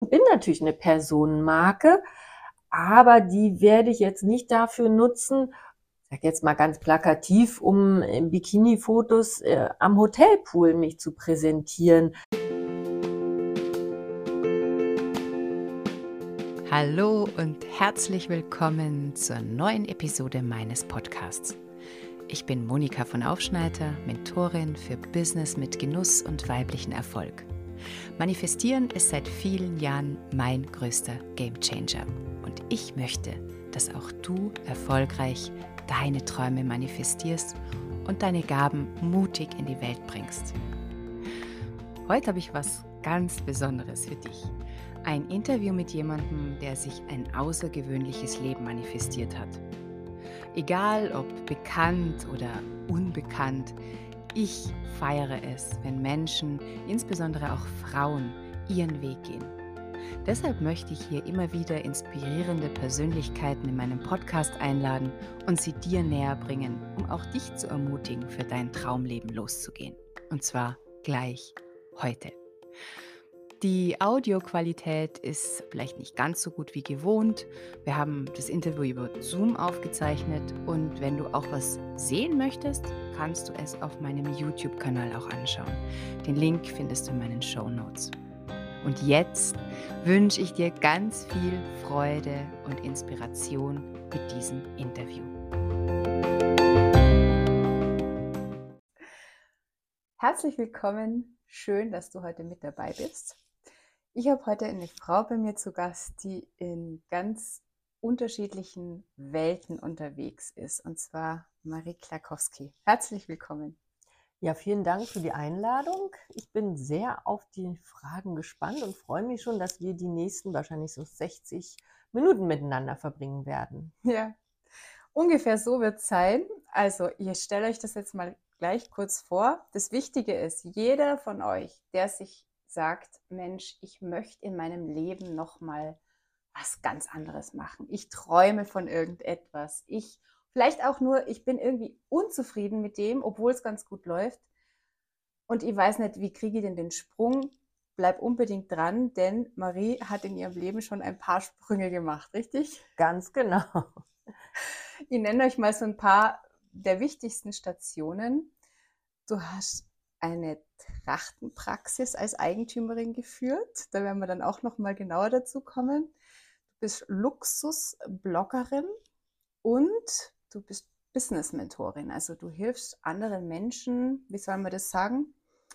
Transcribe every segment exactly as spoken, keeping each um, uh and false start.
bin natürlich eine Personenmarke, aber die werde ich jetzt nicht dafür nutzen, ich sage jetzt mal ganz plakativ, um in Bikini-Fotos äh, am Hotelpool mich zu präsentieren. Hallo und herzlich willkommen zur neuen Episode meines Podcasts. Ich bin Monika von Aufschneider, Mentorin für Business mit Genuss und weiblichen Erfolg. Manifestieren ist seit vielen Jahren mein größter Gamechanger und ich möchte, dass auch du erfolgreich deine Träume manifestierst und deine Gaben mutig in die Welt bringst. Heute habe ich was ganz Besonderes für dich. Ein Interview mit jemandem, der sich ein außergewöhnliches Leben manifestiert hat. Egal ob bekannt oder unbekannt, ich feiere es, wenn Menschen, insbesondere auch Frauen, ihren Weg gehen. Deshalb möchte ich hier immer wieder inspirierende Persönlichkeiten in meinem Podcast einladen und sie dir näher bringen, um auch dich zu ermutigen, für dein Traumleben loszugehen. Und zwar gleich heute. Die Audioqualität ist vielleicht nicht ganz so gut wie gewohnt. Wir haben das Interview über Zoom aufgezeichnet und wenn du auch was sehen möchtest, kannst du es auf meinem YouTube-Kanal auch anschauen. Den Link findest du in meinen Shownotes. Und jetzt wünsche ich dir ganz viel Freude und Inspiration mit diesem Interview. Herzlich willkommen, schön, dass du heute mit dabei bist. Ich habe heute eine Frau bei mir zu Gast, die in ganz unterschiedlichen Welten unterwegs ist, und zwar Marie Klakowski. Herzlich willkommen. Ja, vielen Dank für die Einladung. Ich bin sehr auf die Fragen gespannt und freue mich schon, dass wir die nächsten wahrscheinlich so sechzig Minuten miteinander verbringen werden. Ja, ungefähr so wird es sein. Also, ihr stellt euch das jetzt mal gleich kurz vor. Das Wichtige ist, jeder von euch, der sich sagt, Mensch, ich möchte in meinem Leben nochmal was ganz anderes machen. Ich träume von irgendetwas. Ich, vielleicht auch nur, ich bin irgendwie unzufrieden mit dem, obwohl es ganz gut läuft. Und ich weiß nicht, wie kriege ich denn den Sprung? Bleib unbedingt dran, denn Marie hat in ihrem Leben schon ein paar Sprünge gemacht, richtig? Ganz genau. Ich nenne euch mal so ein paar der wichtigsten Stationen. Du hast eine Trachtenpraxis als Eigentümerin geführt. Da werden wir dann auch noch mal genauer dazu kommen. Du bist Luxusbloggerin und du bist Business-Mentorin. Also du hilfst anderen Menschen, wie soll man das sagen?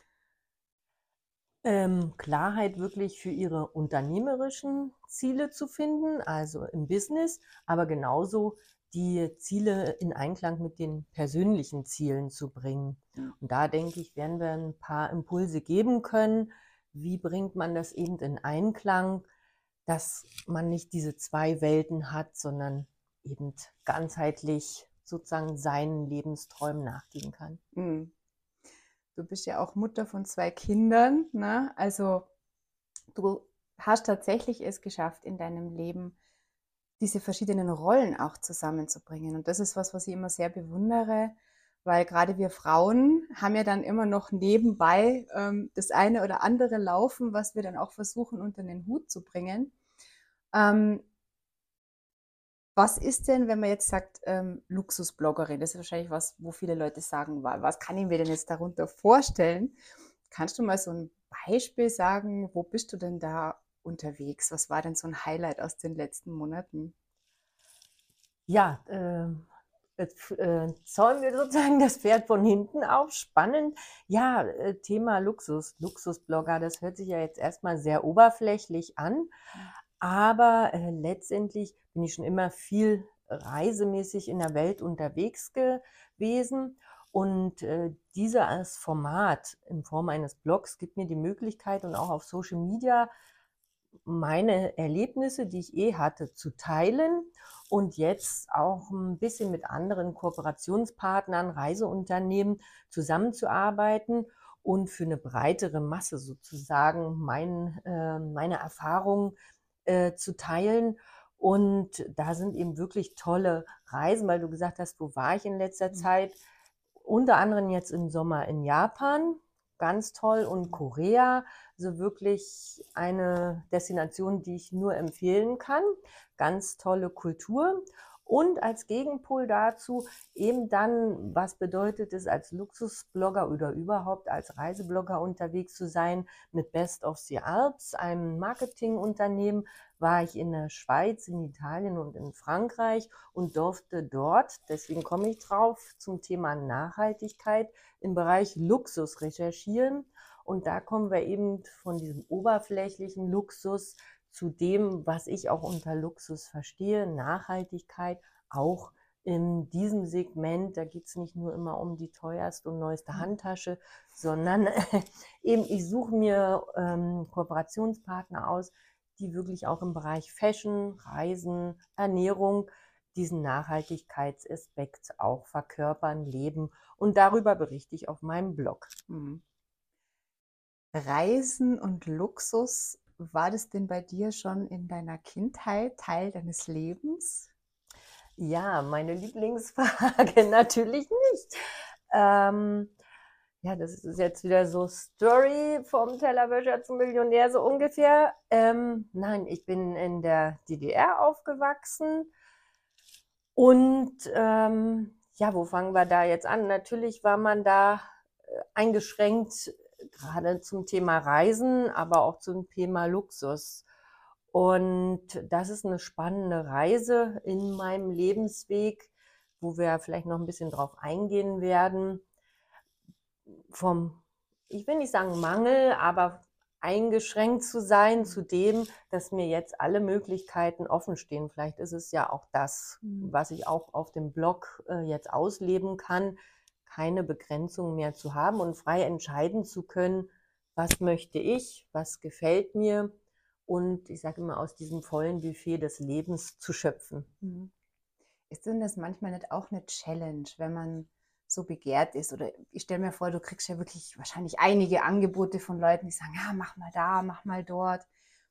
Ähm, Klarheit wirklich für ihre unternehmerischen Ziele zu finden, also im Business, aber genauso die Ziele in Einklang mit den persönlichen Zielen zu bringen. Und da denke ich, werden wir ein paar Impulse geben können. Wie bringt man das eben in Einklang, dass man nicht diese zwei Welten hat, sondern eben ganzheitlich sozusagen seinen Lebensträumen nachgehen kann. Mhm. Du bist ja auch Mutter von zwei Kindern, ne? Also du hast tatsächlich es geschafft, in deinem Leben diese verschiedenen Rollen auch zusammenzubringen. Und das ist was, was ich immer sehr bewundere, weil gerade wir Frauen haben ja dann immer noch nebenbei ähm, das eine oder andere laufen, was wir dann auch versuchen, unter den Hut zu bringen. Ähm, was ist denn, wenn man jetzt sagt, ähm, Luxusbloggerin? Das ist wahrscheinlich was, wo viele Leute sagen, was kann ich mir denn jetzt darunter vorstellen? Kannst du mal so ein Beispiel sagen, wo bist du denn da unterwegs? Was war denn so ein Highlight aus den letzten Monaten? Ja, äh, jetzt äh, zäumen wir sozusagen das Pferd von hinten auf. Spannend. Ja, äh, Thema Luxus, Luxusblogger, das hört sich ja jetzt erstmal sehr oberflächlich an, aber äh, letztendlich bin ich schon immer viel reisemäßig in der Welt unterwegs gewesen. Und äh, dieses Format in Form eines Blogs gibt mir die Möglichkeit und auch auf Social Media meine Erlebnisse, die ich eh hatte, zu teilen und jetzt auch ein bisschen mit anderen Kooperationspartnern, Reiseunternehmen zusammenzuarbeiten und für eine breitere Masse sozusagen mein, äh, meine Erfahrungen äh, zu teilen. Und da sind eben wirklich tolle Reisen, weil du gesagt hast, wo war ich in letzter Zeit? Unter anderem jetzt im Sommer in Japan. ganz toll. Und Korea, also wirklich eine Destination, die ich nur empfehlen kann. Ganz tolle Kultur. Und als Gegenpol dazu eben dann, was bedeutet es als Luxusblogger oder überhaupt als Reiseblogger unterwegs zu sein mit Best of the Alps, einem Marketingunternehmen, war ich in der Schweiz, in Italien und in Frankreich und durfte dort, deswegen komme ich drauf, zum Thema Nachhaltigkeit im Bereich Luxus recherchieren. Und da kommen wir eben von diesem oberflächlichen Luxus zu dem, was ich auch unter Luxus verstehe, Nachhaltigkeit, auch in diesem Segment. Da geht es nicht nur immer um die teuerste und neueste Handtasche, sondern eben ich suche mir ähm, Kooperationspartner aus, die wirklich auch im Bereich Fashion, Reisen, Ernährung diesen Nachhaltigkeitsaspekt auch verkörpern, leben. Und darüber berichte ich auf meinem Blog. Mhm. Reisen und Luxus, war das denn bei dir schon in deiner Kindheit Teil deines Lebens? Ja, meine Lieblingsfrage natürlich nicht. Ähm, ja, das ist jetzt wieder so Story vom Tellerwäscher zum Millionär, so ungefähr. Ähm, nein, ich bin in der D D R aufgewachsen. Und ähm, ja, wo fangen wir da jetzt an? Natürlich war man da eingeschränkt, gerade zum Thema Reisen, aber auch zum Thema Luxus. Und das ist eine spannende Reise in meinem Lebensweg, wo wir vielleicht noch ein bisschen drauf eingehen werden. Vom, ich will nicht sagen Mangel, aber eingeschränkt zu sein zu dem, dass mir jetzt alle Möglichkeiten offen stehen. Vielleicht ist es ja auch das, was ich auch auf dem Blog äh, jetzt ausleben kann, keine Begrenzung mehr zu haben und frei entscheiden zu können, was möchte ich, was gefällt mir und ich sage immer, aus diesem vollen Buffet des Lebens zu schöpfen. Mhm. Ist denn das manchmal nicht auch eine Challenge, wenn man so begehrt ist? Oder ich stelle mir vor, du kriegst ja wirklich wahrscheinlich einige Angebote von Leuten, die sagen, ja, mach mal da, mach mal dort.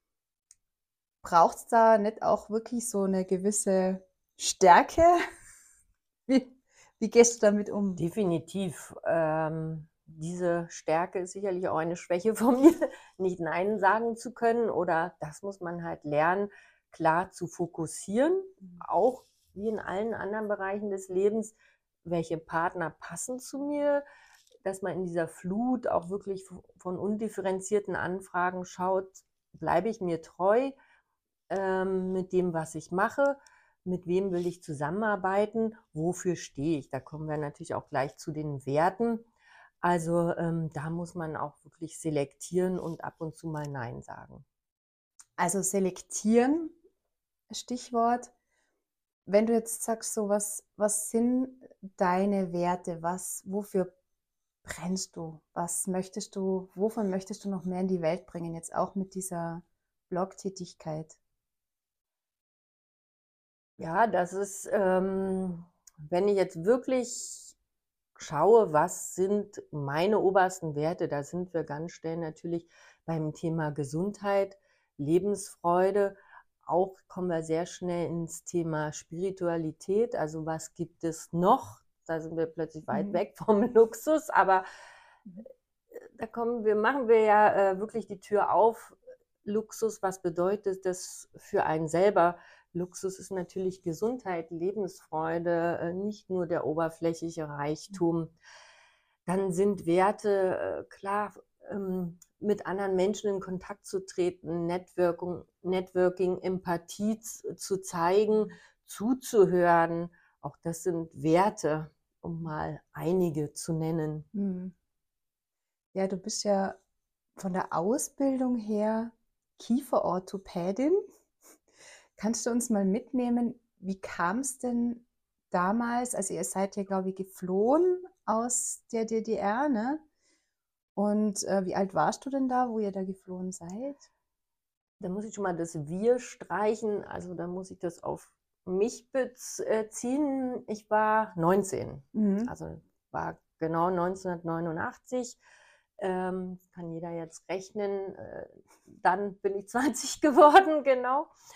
Braucht es da nicht auch wirklich so eine gewisse Stärke? Wie, wie gehst du damit um? Definitiv. Ähm, diese Stärke ist sicherlich auch eine Schwäche von mir, nicht Nein sagen zu können. Oder das muss man halt lernen, klar zu fokussieren, auch wie in allen anderen Bereichen des Lebens, welche Partner passen zu mir, dass man in dieser Flut auch wirklich von undifferenzierten Anfragen schaut, bleibe ich mir treu ähm, mit dem, was ich mache, mit wem will ich zusammenarbeiten, wofür stehe ich. Da kommen wir natürlich auch gleich zu den Werten. Also ähm, da muss man auch wirklich selektieren und ab und zu mal Nein sagen. Also selektieren, Stichwort. Wenn du jetzt sagst, so was, was sind deine Werte? Was, wofür brennst du? Was möchtest du, wovon möchtest du noch mehr in die Welt bringen? Jetzt auch mit dieser Blogtätigkeit. Ja, das ist, ähm, wenn ich jetzt wirklich schaue, was sind meine obersten Werte, da sind wir ganz schnell natürlich beim Thema Gesundheit, Lebensfreude. Auch kommen wir sehr schnell ins Thema Spiritualität. Also was gibt es noch? Da sind wir plötzlich weit Mhm. weg vom Luxus, aber da kommen wir, machen wir ja äh, wirklich die Tür auf. Luxus, was bedeutet das für einen selber? Luxus ist natürlich Gesundheit, Lebensfreude, äh, nicht nur der oberflächliche Reichtum. Dann sind Werte, äh, klar, ähm, mit anderen Menschen in Kontakt zu treten, Networking, Networking Empathie zu, zu zeigen, zuzuhören. Auch das sind Werte, um mal einige zu nennen. Mhm. Ja, du bist ja von der Ausbildung her Kieferorthopädin. Kannst du uns mal mitnehmen, wie kam es denn damals? Also ihr seid ja, glaube ich, geflohen aus der D D R, ne? Und äh, wie alt warst du denn da, wo ihr da geflohen seid? Da muss ich schon mal das Wir streichen, also da muss ich das auf mich beziehen. Ich war neunzehn, Mhm. also war genau neunzehnhundertneunundachtzig. Ähm, kann jeder jetzt rechnen. Äh, dann bin ich zwanzig geworden, genau.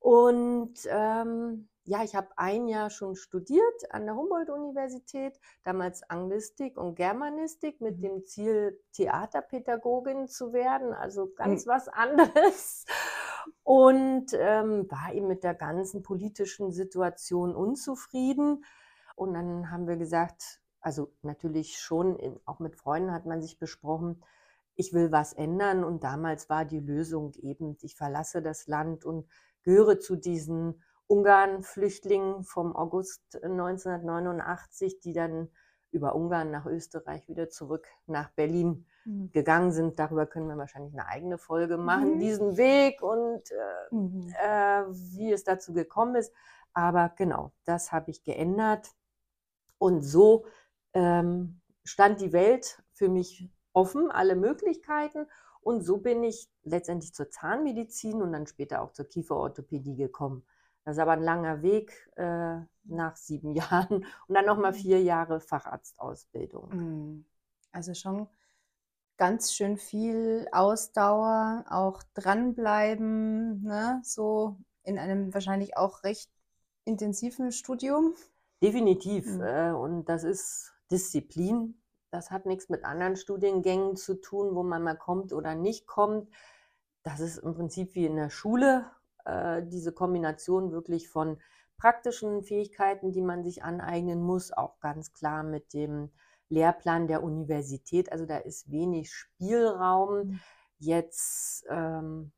Und ähm, ja, ich habe ein Jahr schon studiert an der Humboldt-Universität, damals Anglistik und Germanistik mit Mhm. dem Ziel, Theaterpädagogin zu werden, also ganz Mhm. was anderes. Und ähm, war eben mit der ganzen politischen Situation unzufrieden. Und dann haben wir gesagt, also natürlich schon, in, auch mit Freunden hat man sich besprochen, ich will was ändern. Und damals war die Lösung eben, ich verlasse das Land und gehöre zu diesen Ungarn-Flüchtlingen vom August neunzehnhundertneunundachtzig, die dann über Ungarn nach Österreich wieder zurück nach Berlin Mhm. gegangen sind. Darüber können wir wahrscheinlich eine eigene Folge machen, Mhm. diesen Weg und äh, Mhm. äh, wie es dazu gekommen ist. Aber genau, das habe ich geändert. Und so ähm, stand die Welt für mich offen, alle Möglichkeiten. Und so bin ich letztendlich zur Zahnmedizin und dann später auch zur Kieferorthopädie gekommen. Das ist aber ein langer Weg äh, nach sieben Jahren und dann nochmal vier Jahre Facharztausbildung. Mhm. Also schon ganz schön viel Ausdauer, auch dranbleiben, ne? So in einem wahrscheinlich auch recht intensiven Studium. Definitiv. Mhm. Äh, und das ist Disziplin. Das hat nichts mit anderen Studiengängen zu tun, wo man mal kommt oder nicht kommt. Das ist im Prinzip wie in der Schule, äh, diese Kombination wirklich von praktischen Fähigkeiten, die man sich aneignen muss, auch ganz klar mit dem Lehrplan der Universität. Also da ist wenig Spielraum, Mhm. jetzt ähm,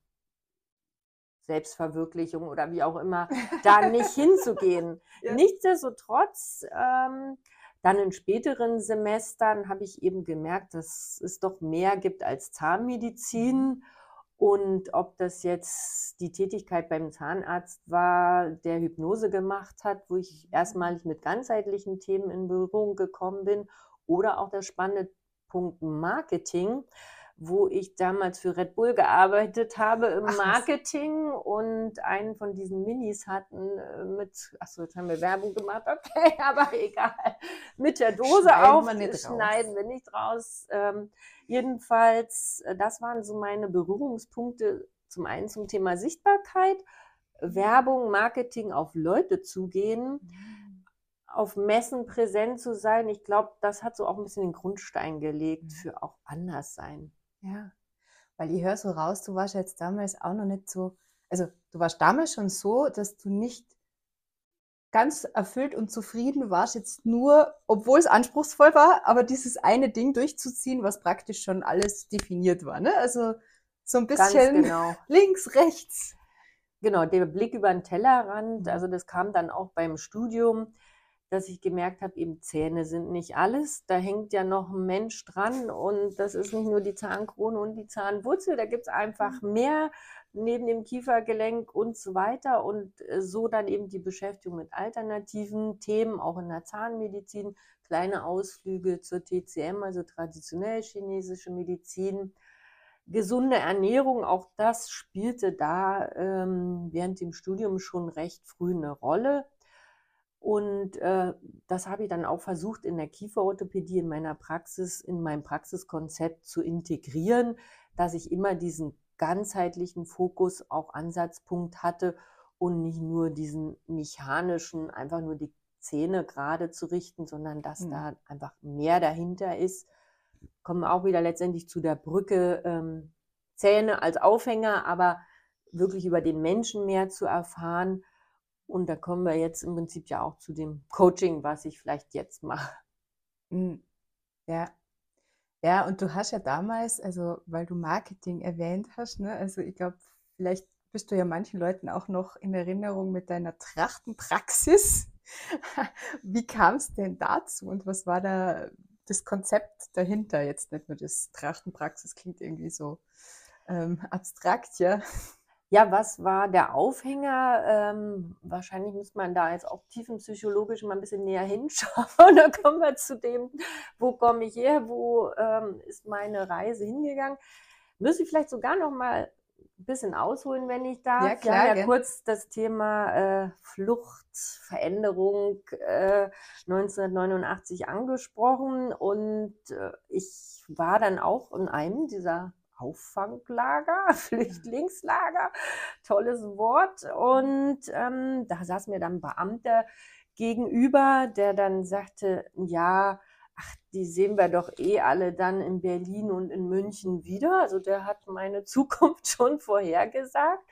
Selbstverwirklichung oder wie auch immer, da nicht hinzugehen. Ja. Nichtsdestotrotz, ähm, dann in späteren Semestern habe ich eben gemerkt, dass es doch mehr gibt als Zahnmedizin. Und ob das jetzt die Tätigkeit beim Zahnarzt war, der Hypnose gemacht hat, wo ich erstmalig mit ganzheitlichen Themen in Berührung gekommen bin, oder auch der spannende Punkt Marketing, wo ich damals für Red Bull gearbeitet habe im Ach was. Marketing und einen von diesen Minis hatten äh, mit, achso, jetzt haben wir Werbung gemacht, okay, aber egal, mit der Dose Schneiden auf, wir nicht schneiden raus. wir nicht raus. Ähm, jedenfalls, äh, das waren so meine Berührungspunkte, zum einen zum Thema Sichtbarkeit, Werbung, Marketing, auf Leute zugehen, Mhm. auf Messen präsent zu sein. Ich glaube, das hat so auch ein bisschen den Grundstein gelegt Mhm. für auch anders sein. Ja, weil ich höre so raus, du warst jetzt damals auch noch nicht so, also du warst damals schon so, dass du nicht ganz erfüllt und zufrieden warst, jetzt nur, obwohl es anspruchsvoll war, aber dieses eine Ding durchzuziehen, was praktisch schon alles definiert war, ne? Also so ein Ganz bisschen genau. links, rechts. Genau, der Blick über den Tellerrand, Mhm. also das kam dann auch beim Studium, dass ich gemerkt habe, eben Zähne sind nicht alles. Da hängt ja noch ein Mensch dran und das ist nicht nur die Zahnkrone und die Zahnwurzel, da gibt es einfach mehr neben dem Kiefergelenk und so weiter. Und äh, so dann eben die Beschäftigung mit alternativen Themen, auch in der Zahnmedizin, kleine Ausflüge zur T C M, also traditionell chinesische Medizin. Gesunde Ernährung, auch das spielte da ähm, während dem Studium schon recht früh eine Rolle. Und äh, das habe ich dann auch versucht, in der Kieferorthopädie in meiner Praxis, in meinem Praxiskonzept zu integrieren, dass ich immer diesen ganzheitlichen Fokus, auch Ansatzpunkt hatte und nicht nur diesen mechanischen, einfach nur die Zähne gerade zu richten, sondern dass Mhm. da einfach mehr dahinter ist. Kommen wir auch wieder letztendlich zu der Brücke, ähm, Zähne als Aufhänger, aber wirklich über den Menschen mehr zu erfahren. Und da kommen wir jetzt im Prinzip ja auch zu dem Coaching, was ich vielleicht jetzt mache. Mhm. Ja. Ja, und du hast ja damals, also weil du Marketing erwähnt hast, ne, also ich glaube, vielleicht bist du ja manchen Leuten auch noch in Erinnerung mit deiner Trachtenpraxis. Wie kam es denn dazu und was war da das Konzept dahinter? Jetzt nicht nur das Trachtenpraxis, klingt irgendwie so ähm, abstrakt, ja. Ja, was war der Aufhänger? Ähm, wahrscheinlich muss man da jetzt auch tiefenpsychologisch mal ein bisschen näher hinschauen. Dann kommen wir zu dem, wo komme ich her, wo ähm, ist meine Reise hingegangen. Müsste ich vielleicht sogar noch mal ein bisschen ausholen, wenn ich darf. Ja, Wir haben klar, ja gern. kurz das Thema äh, Flucht, Veränderung äh, neunzehnhundertneunundachtzig angesprochen und äh, ich war dann auch in einem dieser Auffanglager, Flüchtlingslager, tolles Wort. Und ähm, da saß mir dann ein Beamter gegenüber, der dann sagte, ja, ach, die sehen wir doch eh alle dann in Berlin und in München wieder. Also der hat meine Zukunft schon vorhergesagt.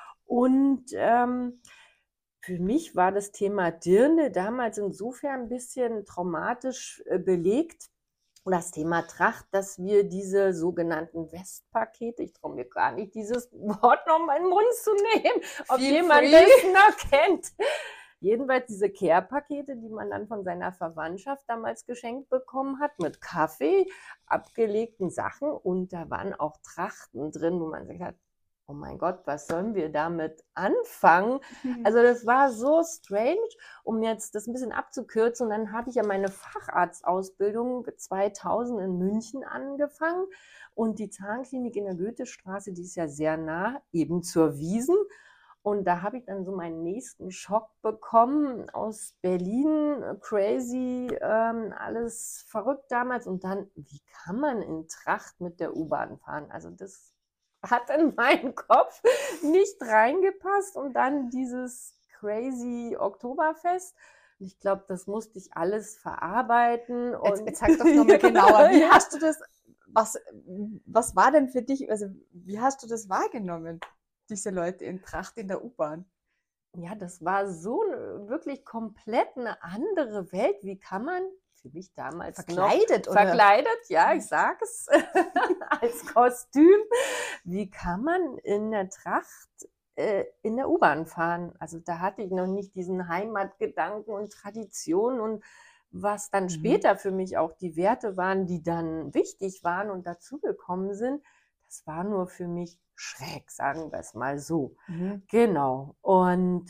Und ähm, für mich war das Thema Dirndl damals insofern ein bisschen traumatisch äh, belegt. Das Thema Tracht, dass wir diese sogenannten Westpakete, ich traue mir gar nicht, dieses Wort noch mal in den Mund zu nehmen, ob Feel jemand free. das noch kennt. Jedenfalls diese Care-Pakete, die man dann von seiner Verwandtschaft damals geschenkt bekommen hat, mit Kaffee, abgelegten Sachen, und da waren auch Trachten drin, wo man gesagt hat, oh mein Gott, was sollen wir damit anfangen? Also das war so strange, um jetzt das ein bisschen abzukürzen. Und dann habe ich ja meine Facharztausbildung zweitausend in München angefangen, und die Zahnklinik in der Goethestraße, die ist ja sehr nah, eben zur Wiesn. Und da habe ich dann so meinen nächsten Schock bekommen aus Berlin, crazy, ähm, alles verrückt damals. Und dann, wie kann man in Tracht mit der U-Bahn fahren? Also das hat in meinen Kopf nicht reingepasst. Und dann dieses crazy Oktoberfest. Und ich glaube, das musste ich alles verarbeiten. Und Jetzt, jetzt sag doch nochmal genauer, wie Ja. hast du das, was, was war denn für dich, also wie hast du das wahrgenommen, diese Leute in Tracht in der U-Bahn? Ja, das war so eine wirklich komplett eine andere Welt. Wie kann man, für mich damals Verkleidet, noch, oder? verkleidet, ja, ich sage es, als Kostüm. Wie kann man in der Tracht äh, in der U-Bahn fahren? Also da hatte ich noch nicht diesen Heimatgedanken und Tradition, und was dann Mhm. später für mich auch die Werte waren, die dann wichtig waren und dazugekommen sind, das war nur für mich schräg, sagen wir es mal so. Mhm. Genau. Und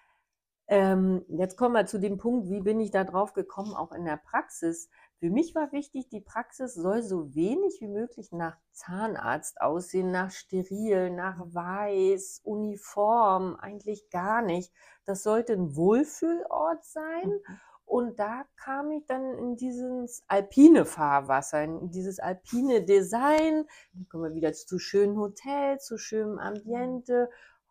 ähm, jetzt kommen wir zu dem Punkt, wie bin ich da drauf gekommen, auch in der Praxis. Für mich war wichtig, die Praxis soll so wenig wie möglich nach Zahnarzt aussehen, nach steril, nach weiß, Uniform, eigentlich gar nicht. Das sollte ein Wohlfühlort sein. Mhm. Und da kam ich dann in dieses alpine Fahrwasser, in dieses alpine Design. Dann kommen wir wieder zu schönen Hotels, zu schönem Ambiente,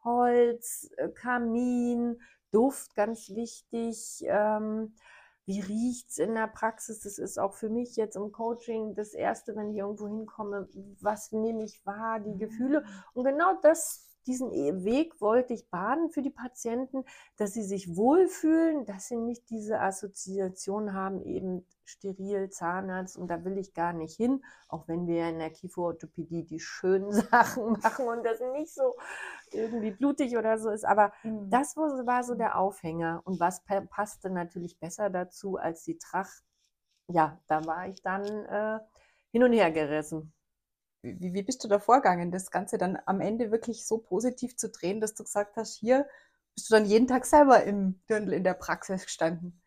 Holz, äh, Kamin, Duft, ganz wichtig. Ähm, wie riecht's in der Praxis? Das ist auch für mich jetzt im Coaching das Erste, wenn ich irgendwo hinkomme, was nehme ich wahr, die Gefühle. Und genau das, diesen Weg wollte ich bahnen für die Patienten, dass sie sich wohlfühlen, dass sie nicht diese Assoziation haben, eben steril, Zahnarzt, und da will ich gar nicht hin, auch wenn wir in der Kieferorthopädie die schönen Sachen machen und das nicht so irgendwie blutig oder so ist, aber Mhm. das war so der Aufhänger. Und was passte natürlich besser dazu als die Tracht? Ja, da war ich dann äh, hin und her gerissen. Wie, wie bist du da vorgegangen, das Ganze dann am Ende wirklich so positiv zu drehen, dass du gesagt hast, hier bist du dann jeden Tag selber im Dirndl in der Praxis gestanden?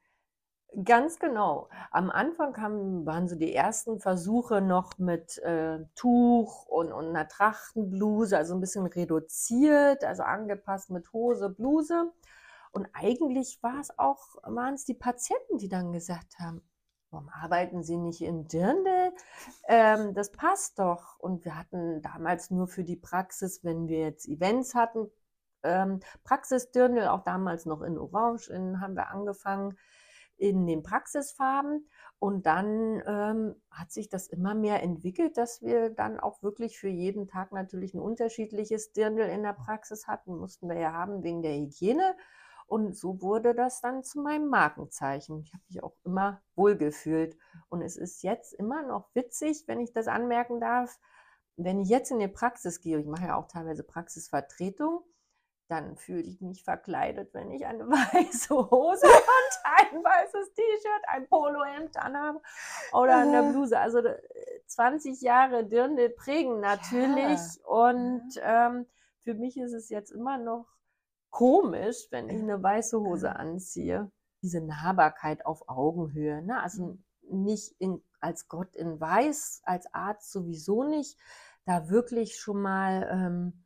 Ganz genau. Am Anfang haben, waren so die ersten Versuche noch mit äh, Tuch und, und einer Trachtenbluse, also ein bisschen reduziert, also angepasst mit Hose, Bluse. Und eigentlich war es auch, waren es die Patienten, die dann gesagt haben, warum arbeiten Sie nicht in Dirndl? Ähm, das passt doch. Und wir hatten damals nur für die Praxis, wenn wir jetzt Events hatten, ähm, Praxisdirndl, auch damals noch in Orange, in, haben wir angefangen in den Praxisfarben. Und dann ähm, hat sich das immer mehr entwickelt, dass wir dann auch wirklich für jeden Tag natürlich ein unterschiedliches Dirndl in der Praxis hatten. Mussten wir ja haben wegen der Hygiene. Und so wurde das dann zu meinem Markenzeichen. Ich habe mich auch immer wohlgefühlt. Und es ist jetzt immer noch witzig, wenn ich das anmerken darf, wenn ich jetzt in die Praxis gehe, ich mache ja auch teilweise Praxisvertretung, dann fühle ich mich verkleidet, wenn ich eine weiße Hose und ein weißes T-Shirt, ein Polohemd anhabe oder eine Bluse. Also zwanzig Jahre Dirndl prägen natürlich. Ja. Und ähm, für mich ist es jetzt immer noch komisch, wenn ich eine weiße Hose anziehe. Diese Nahbarkeit auf Augenhöhe, ne? Also nicht in, als Gott in Weiß, als Arzt sowieso nicht, da wirklich schon mal ähm,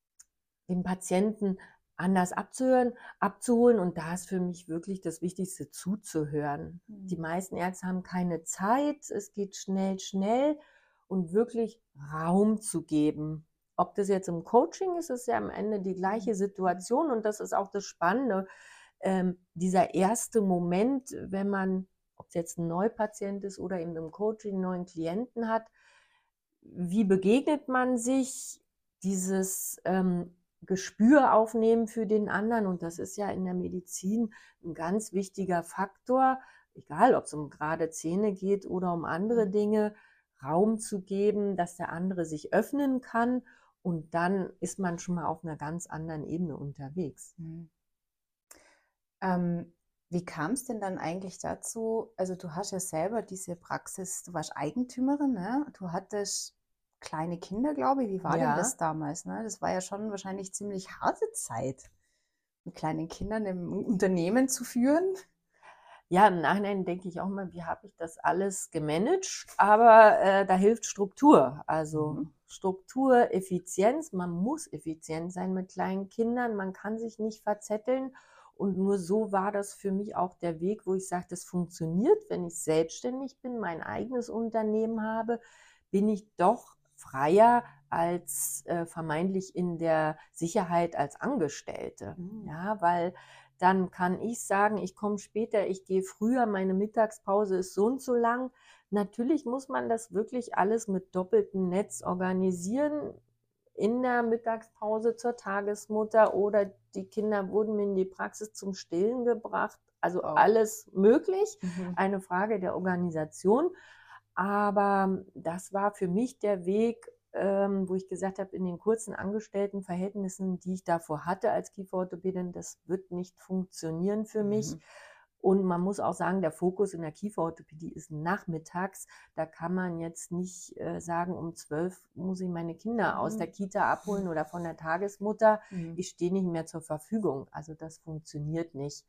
den Patienten anders abzuhören, abzuholen. Und da ist für mich wirklich das Wichtigste, zuzuhören. Mhm. Die meisten Ärzte haben keine Zeit, es geht schnell, schnell. und wirklich Raum zu geben. Ob das jetzt im Coaching ist, ist ja am Ende die gleiche Situation und das ist auch das Spannende. Ähm, dieser erste Moment, wenn man, ob es jetzt ein Neupatient ist oder eben im Coaching einen neuen Klienten hat, wie begegnet man sich, dieses ähm, Gespür aufnehmen für den anderen und das ist ja in der Medizin ein ganz wichtiger Faktor, egal ob es um gerade Zähne geht oder um andere Dinge, Raum zu geben, dass der andere sich öffnen kann und dann ist man schon mal auf einer ganz anderen Ebene unterwegs. Mhm. Ähm, wie kam es denn dann eigentlich dazu? Also du hast ja selber diese Praxis, du warst Eigentümerin, ne? Du hattest kleine Kinder, glaube ich. Wie war denn das Ja. damals? Ne? Das war ja schon wahrscheinlich ziemlich harte Zeit, mit kleinen Kindern im Unternehmen zu führen. Ja, im Nachhinein denke ich auch mal, wie habe ich das alles gemanagt? Aber äh, da hilft Struktur. Also Mhm. Struktur, Effizienz. Man muss effizient sein mit kleinen Kindern. Man kann sich nicht verzetteln. Und nur so war das für mich auch der Weg, wo ich sage, das funktioniert, wenn ich selbstständig bin, mein eigenes Unternehmen habe, bin ich doch freier als äh, vermeintlich in der Sicherheit als Angestellte. Mhm. Ja, weil dann kann ich sagen, ich komme später, ich gehe früher, meine Mittagspause ist so und so lang. Natürlich muss man das wirklich alles mit doppeltem Netz organisieren. In der Mittagspause zur Tagesmutter oder die Kinder wurden mir in die Praxis zum Stillen gebracht. Also Wow. alles möglich, Mhm. eine Frage der Organisation. Aber das war für mich der Weg, ähm, wo ich gesagt habe, in den kurzen Angestelltenverhältnissen, die ich davor hatte als Kieferorthopädin, das wird nicht funktionieren für mich. Mhm. Und man muss auch sagen, der Fokus in der Kieferorthopädie ist nachmittags. Da kann man jetzt nicht äh, sagen, um zwölf muss ich meine Kinder aus der Kita abholen oder von der Tagesmutter. Mhm. Ich stehe nicht mehr zur Verfügung. Also das funktioniert nicht.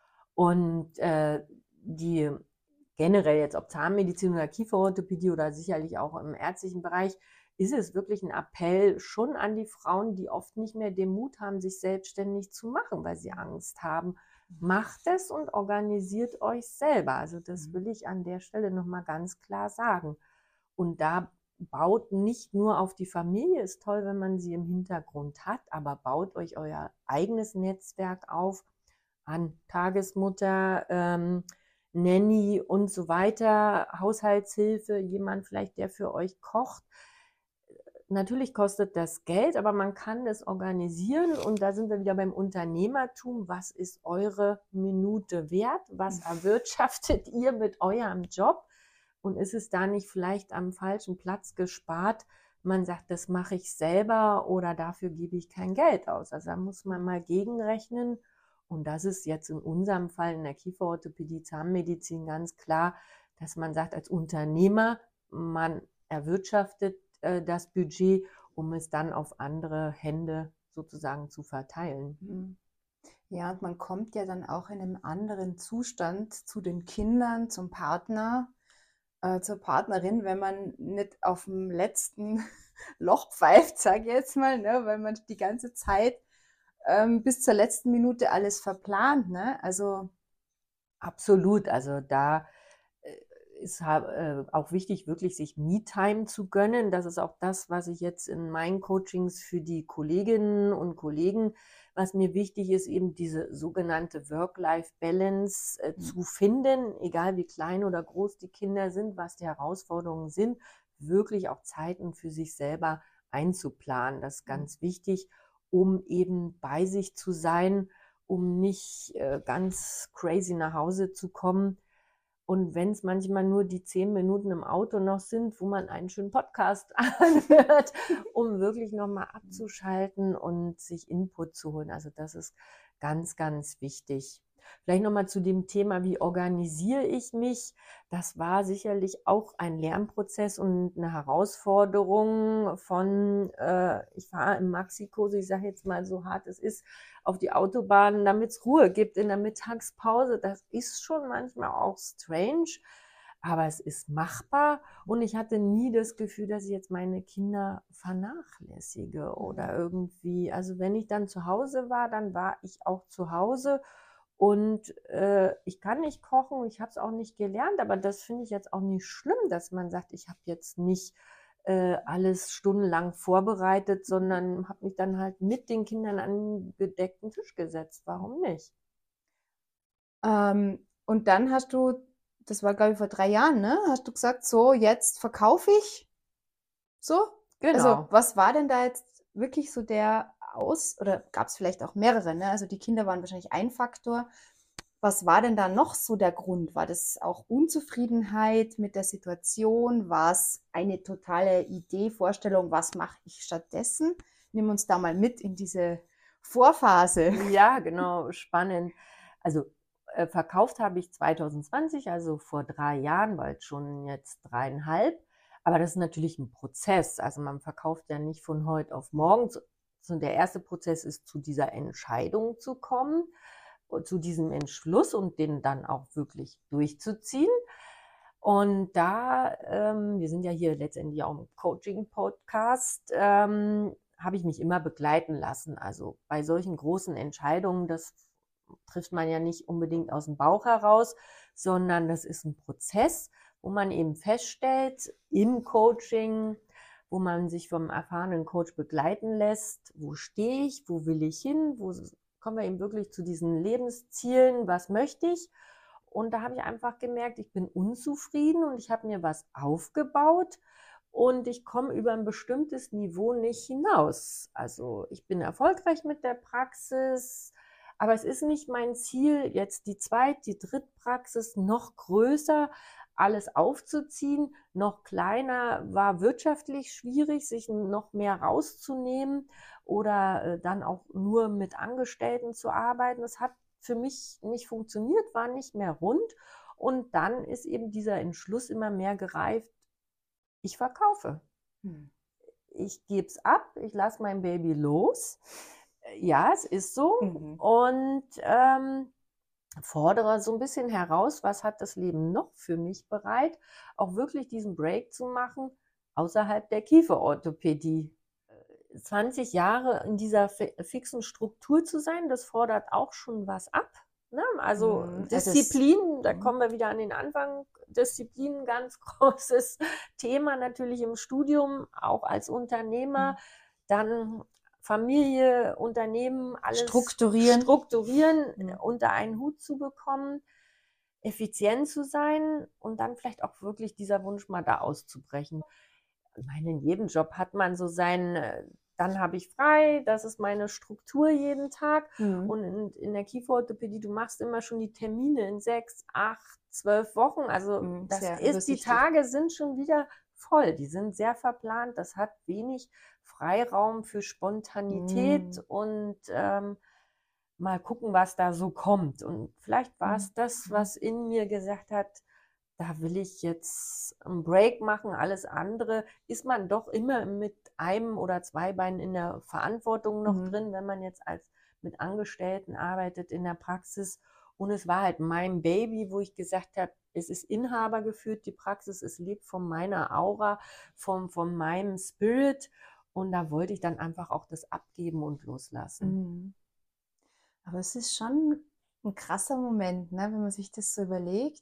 Und äh, die generell jetzt ob Zahnmedizin oder Kieferorthopädie oder sicherlich auch im ärztlichen Bereich, ist es wirklich ein Appell schon an die Frauen, die oft nicht mehr den Mut haben, sich selbstständig zu machen, weil sie Angst haben. Macht es und organisiert euch selber. Also das will ich an der Stelle nochmal ganz klar sagen. Und da baut nicht nur auf die Familie, ist toll, wenn man sie im Hintergrund hat, aber baut euch euer eigenes Netzwerk auf an Tagesmutter, ähm, Nanny und so weiter, Haushaltshilfe, jemand vielleicht, der für euch kocht. Natürlich kostet das Geld, aber man kann es organisieren und da sind wir wieder beim Unternehmertum. Was ist eure Minute wert? Was erwirtschaftet ihr mit eurem Job? Und ist es da nicht vielleicht am falschen Platz gespart? Man sagt, das mache ich selber oder dafür gebe ich kein Geld aus. Also da muss man mal gegenrechnen. Und das ist jetzt in unserem Fall in der Kieferorthopädie, Zahnmedizin ganz klar, dass man sagt, als Unternehmer, man erwirtschaftet äh, das Budget, um es dann auf andere Hände sozusagen zu verteilen. Ja, und man kommt ja dann auch in einem anderen Zustand zu den Kindern, zum Partner, äh, zur Partnerin, wenn man nicht auf dem letzten Loch pfeift, sage ich jetzt mal, ne? Weil man die ganze Zeit ähm, bis zur letzten Minute alles verplant. Ne? Also absolut, also da ist äh, auch wichtig, wirklich sich Me-Time zu gönnen. Das ist auch das, was ich jetzt in meinen Coachings für die Kolleginnen und Kollegen, was mir wichtig ist, eben diese sogenannte Work-Life-Balance äh, mhm. zu finden, egal wie klein oder groß die Kinder sind, was die Herausforderungen sind, wirklich auch Zeiten für sich selber einzuplanen. Das ist ganz mhm. wichtig, um eben bei sich zu sein, um nicht äh, ganz crazy nach Hause zu kommen. Und wenn es manchmal nur die zehn Minuten im Auto noch sind, wo man einen schönen Podcast anhört, um wirklich nochmal abzuschalten und sich Input zu holen. Also das ist ganz, ganz wichtig. Vielleicht nochmal zu dem Thema, wie organisiere ich mich? Das war sicherlich auch ein Lernprozess und eine Herausforderung von, äh, ich fahre in Mexiko, ich sage jetzt mal so hart es ist, auf die Autobahn, damit es Ruhe gibt in der Mittagspause. Das ist schon manchmal auch strange, aber es ist machbar und ich hatte nie das Gefühl, dass ich jetzt meine Kinder vernachlässige oder irgendwie, also wenn ich dann zu Hause war, dann war ich auch zu Hause und äh, ich kann nicht kochen, ich habe es auch nicht gelernt, aber das finde ich jetzt auch nicht schlimm, dass man sagt, ich habe jetzt nicht äh, alles stundenlang vorbereitet, sondern habe mich dann halt mit den Kindern an den gedeckten Tisch gesetzt. Warum nicht? Ähm, und dann hast du, das war glaube ich vor drei Jahren, ne? Hast du gesagt, so jetzt verkaufe ich so? Also Genau. was war denn da jetzt wirklich so der Aus, oder gab es vielleicht auch mehrere, ne? Also die Kinder waren wahrscheinlich ein Faktor. Was war denn da noch so der Grund? War das auch Unzufriedenheit mit der Situation? War es eine totale Idee, Vorstellung, was mache ich stattdessen? Nimm uns da mal mit in diese Vorphase. Ja, genau, spannend. Also äh, verkauft habe ich zwanzig zwanzig, also vor drei Jahren, bald schon jetzt dreieinhalb. Aber das ist natürlich ein Prozess. Also man verkauft ja nicht von heute auf morgen. So, so der erste Prozess ist, zu dieser Entscheidung zu kommen, zu diesem Entschluss und den dann auch wirklich durchzuziehen. Und da, ähm, wir sind ja hier letztendlich auch im Coaching-Podcast, ähm, habe ich mich immer begleiten lassen. Also bei solchen großen Entscheidungen, das trifft man ja nicht unbedingt aus dem Bauch heraus, sondern das ist ein Prozess, wo man eben feststellt, im Coaching, wo man sich vom erfahrenen Coach begleiten lässt, wo stehe ich, wo will ich hin, wo kommen wir eben wirklich zu diesen Lebenszielen, was möchte ich? Und da habe ich einfach gemerkt, ich bin unzufrieden und ich habe mir was aufgebaut und ich komme über ein bestimmtes Niveau nicht hinaus. Also ich bin erfolgreich mit der Praxis, aber es ist nicht mein Ziel, jetzt die Zweit-, die Drittpraxis noch größer alles aufzuziehen. Noch kleiner war wirtschaftlich schwierig, sich noch mehr rauszunehmen oder äh, dann auch nur mit Angestellten zu arbeiten. Das hat für mich nicht funktioniert, war nicht mehr rund. Und dann ist eben dieser Entschluss immer mehr gereift, ich verkaufe. Hm. Ich gebe es ab, ich lasse mein Baby los. Ja, es ist so. Mhm. Und ähm, fordere so ein bisschen heraus, was hat das Leben noch für mich bereit, auch wirklich diesen Break zu machen, außerhalb der Kieferorthopädie. zwanzig Jahre in dieser fixen Struktur zu sein, das fordert auch schon was ab. Ne? Also mhm. Disziplin, also da kommen wir wieder an den Anfang, Disziplin, ganz großes Thema natürlich im Studium, auch als Unternehmer. Mhm. Dann Familie, Unternehmen, alles strukturieren, strukturieren mhm. unter einen Hut zu bekommen, effizient zu sein und dann vielleicht auch wirklich dieser Wunsch mal da auszubrechen. Ich meine, in jedem Job hat man so seinen, dann habe ich frei, das ist meine Struktur jeden Tag. Mhm. Und in, in der Kieferorthopädie, du machst immer schon die Termine in sechs, acht, zwölf Wochen. Also mhm, das ist, richtig. Die Tage sind schon wieder voll, die sind sehr verplant, das hat wenig Freiraum für Spontanität mhm. und ähm, mal gucken, was da so kommt. Und vielleicht war es mhm. das, was in mir gesagt hat, da will ich jetzt einen Break machen, alles andere ist man doch immer mit einem oder zwei Beinen in der Verantwortung noch mhm. drin, wenn man jetzt als mit Angestellten arbeitet in der Praxis. Und es war halt mein Baby, wo ich gesagt habe, es ist Inhaber geführt, die Praxis, es lebt von meiner Aura, von, von meinem Spirit. Und da wollte ich dann einfach auch das abgeben und loslassen. Mhm. Aber es ist schon ein krasser Moment, ne, wenn man sich das so überlegt.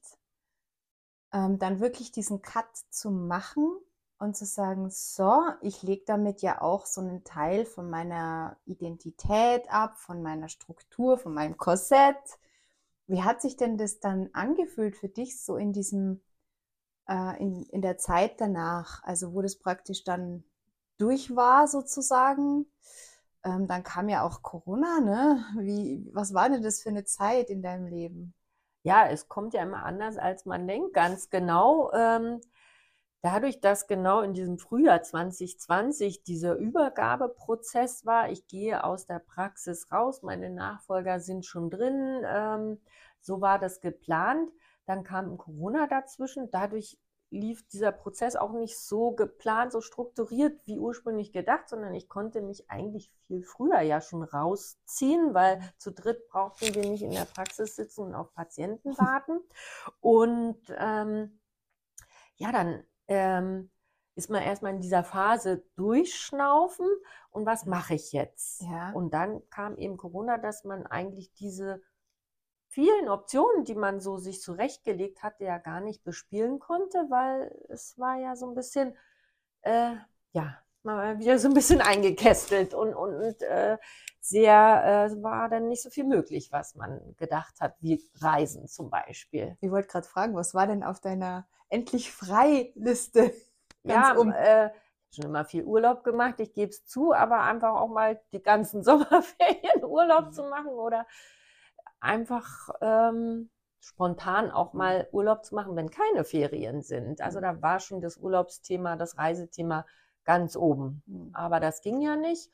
Ähm, dann wirklich diesen Cut zu machen und zu sagen, so, ich lege damit ja auch so einen Teil von meiner Identität ab, von meiner Struktur, von meinem Korsett. Wie hat sich denn das dann angefühlt für dich so in diesem, äh, in, in der Zeit danach, also wo das praktisch dann durch war sozusagen? Ähm, dann kam ja auch Corona, ne? Wie, was war denn das für eine Zeit in deinem Leben? Ja, es kommt ja immer anders, als man denkt, ganz genau. Ähm, dadurch, dass genau in diesem Frühjahr zwanzig zwanzig dieser Übergabeprozess war, ich gehe aus der Praxis raus, meine Nachfolger sind schon drin, ähm, so war das geplant. Dann kam Corona dazwischen, dadurch lief dieser Prozess auch nicht so geplant, so strukturiert wie ursprünglich gedacht, sondern ich konnte mich eigentlich viel früher ja schon rausziehen, weil zu dritt brauchten wir nicht in der Praxis sitzen und auf Patienten warten. Und ähm, ja, dann ähm, ist man erstmal in dieser Phase durchschnaufen und was mache ich jetzt? Ja. Und dann kam eben Corona, dass man eigentlich diese vielen Optionen, die man so sich zurechtgelegt hatte, ja gar nicht bespielen konnte, weil es war ja so ein bisschen äh, ja, mal wieder so ein bisschen eingekästelt und, und, und äh, sehr, äh, war dann nicht so viel möglich, was man gedacht hat, wie Reisen zum Beispiel. Ich wollte gerade fragen, was war denn auf deiner endlich Freiliste ganz Ja, um? äh, schon immer viel Urlaub gemacht, ich gebe es zu, aber einfach auch mal die ganzen Sommerferien Urlaub zu machen oder einfach ähm, spontan auch mal Urlaub zu machen, wenn keine Ferien sind. Also da war schon das Urlaubsthema, das Reisethema ganz oben. Mhm. Aber das ging ja nicht.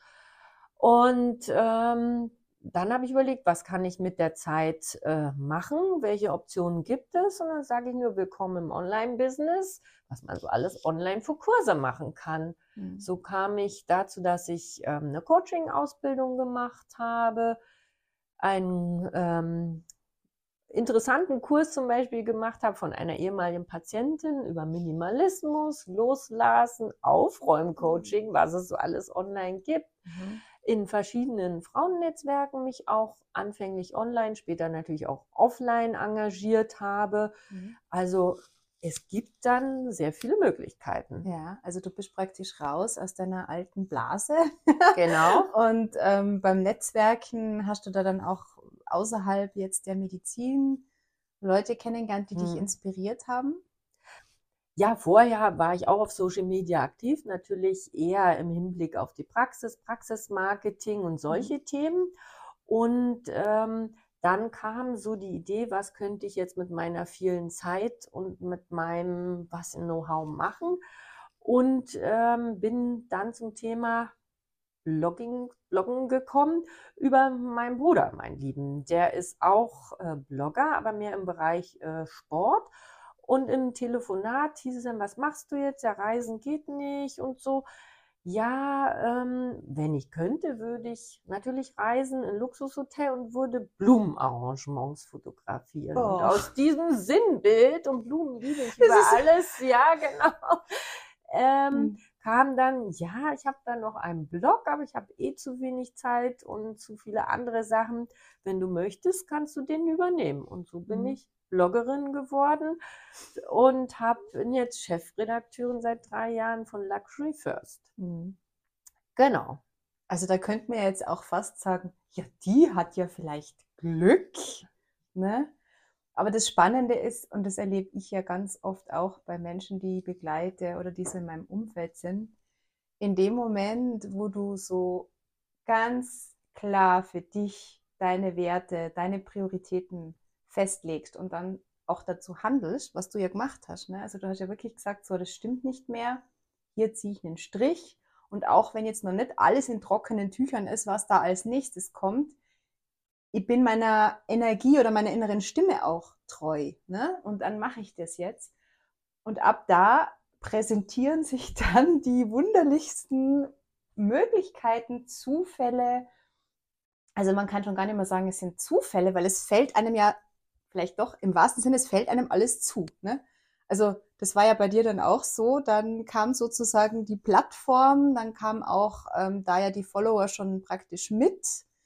Und ähm, dann habe ich überlegt, was kann ich mit der Zeit äh, machen? Welche Optionen gibt es? Und dann sage ich nur, willkommen im Online-Business, was man so alles online für Kurse machen kann. Mhm. So kam ich dazu, dass ich ähm, eine Coaching-Ausbildung gemacht habe, einen ähm, interessanten Kurs zum Beispiel gemacht habe von einer ehemaligen Patientin über Minimalismus, Loslassen, Aufräumcoaching, was es so alles online gibt. Mhm. In verschiedenen Frauennetzwerken mich auch anfänglich online, später natürlich auch offline engagiert habe. Mhm. Also es gibt dann sehr viele Möglichkeiten. Ja, also du bist praktisch raus aus deiner alten Blase. Genau. Und ähm, beim Netzwerken hast du da dann auch außerhalb jetzt der Medizin Leute kennengelernt, die dich Hm. inspiriert haben? Ja, vorher war ich auch auf Social Media aktiv, natürlich eher im Hinblick auf die Praxis, Praxismarketing und solche Themen. Und ähm, dann kam so die Idee, was könnte ich jetzt mit meiner vielen Zeit und mit meinem was Know-how machen? Und ähm, bin dann zum Thema Blogging, Bloggen gekommen über meinen Bruder, meinen Lieben. Der ist auch äh, Blogger, aber mehr im Bereich äh, Sport. Und im Telefonat hieß es dann, was machst du jetzt? Ja, Reisen geht nicht und so. Ja, ähm, wenn ich könnte, würde ich natürlich reisen in ein Luxushotel und würde Blumenarrangements fotografieren. Und Oh. aus diesem Sinnbild, und Blumen liebe ich Das über ist- alles, ja, genau, ähm, Hm. kam dann, ja, ich habe dann noch einen Blog, aber ich habe eh zu wenig Zeit und zu viele andere Sachen. Wenn du möchtest, kannst du den übernehmen. Und so bin Mhm. ich Bloggerin geworden und hab, bin jetzt Chefredakteurin seit drei Jahren von Luxury First. Mhm. Genau. Also da könnte man jetzt auch fast sagen, ja, die hat ja vielleicht Glück, ne? Aber das Spannende ist, und das erlebe ich ja ganz oft auch bei Menschen, die ich begleite oder die so in meinem Umfeld sind, in dem Moment, wo du so ganz klar für dich deine Werte, deine Prioritäten festlegst und dann auch dazu handelst, was du ja gemacht hast. Ne? Also du hast ja wirklich gesagt, so, das stimmt nicht mehr, hier ziehe ich einen Strich. Und auch wenn jetzt noch nicht alles in trockenen Tüchern ist, was da als nächstes kommt, ich bin meiner Energie oder meiner inneren Stimme auch treu. Ne? Und dann mache ich das jetzt. Und ab da präsentieren sich dann die wunderlichsten Möglichkeiten, Zufälle. Also man kann schon gar nicht mehr sagen, es sind Zufälle, weil es fällt einem ja vielleicht doch im wahrsten Sinne, es fällt einem alles zu. Ne? Also das war ja bei dir dann auch so. Dann kam sozusagen die Plattform, dann kam auch ähm, da ja die Follower schon praktisch mit.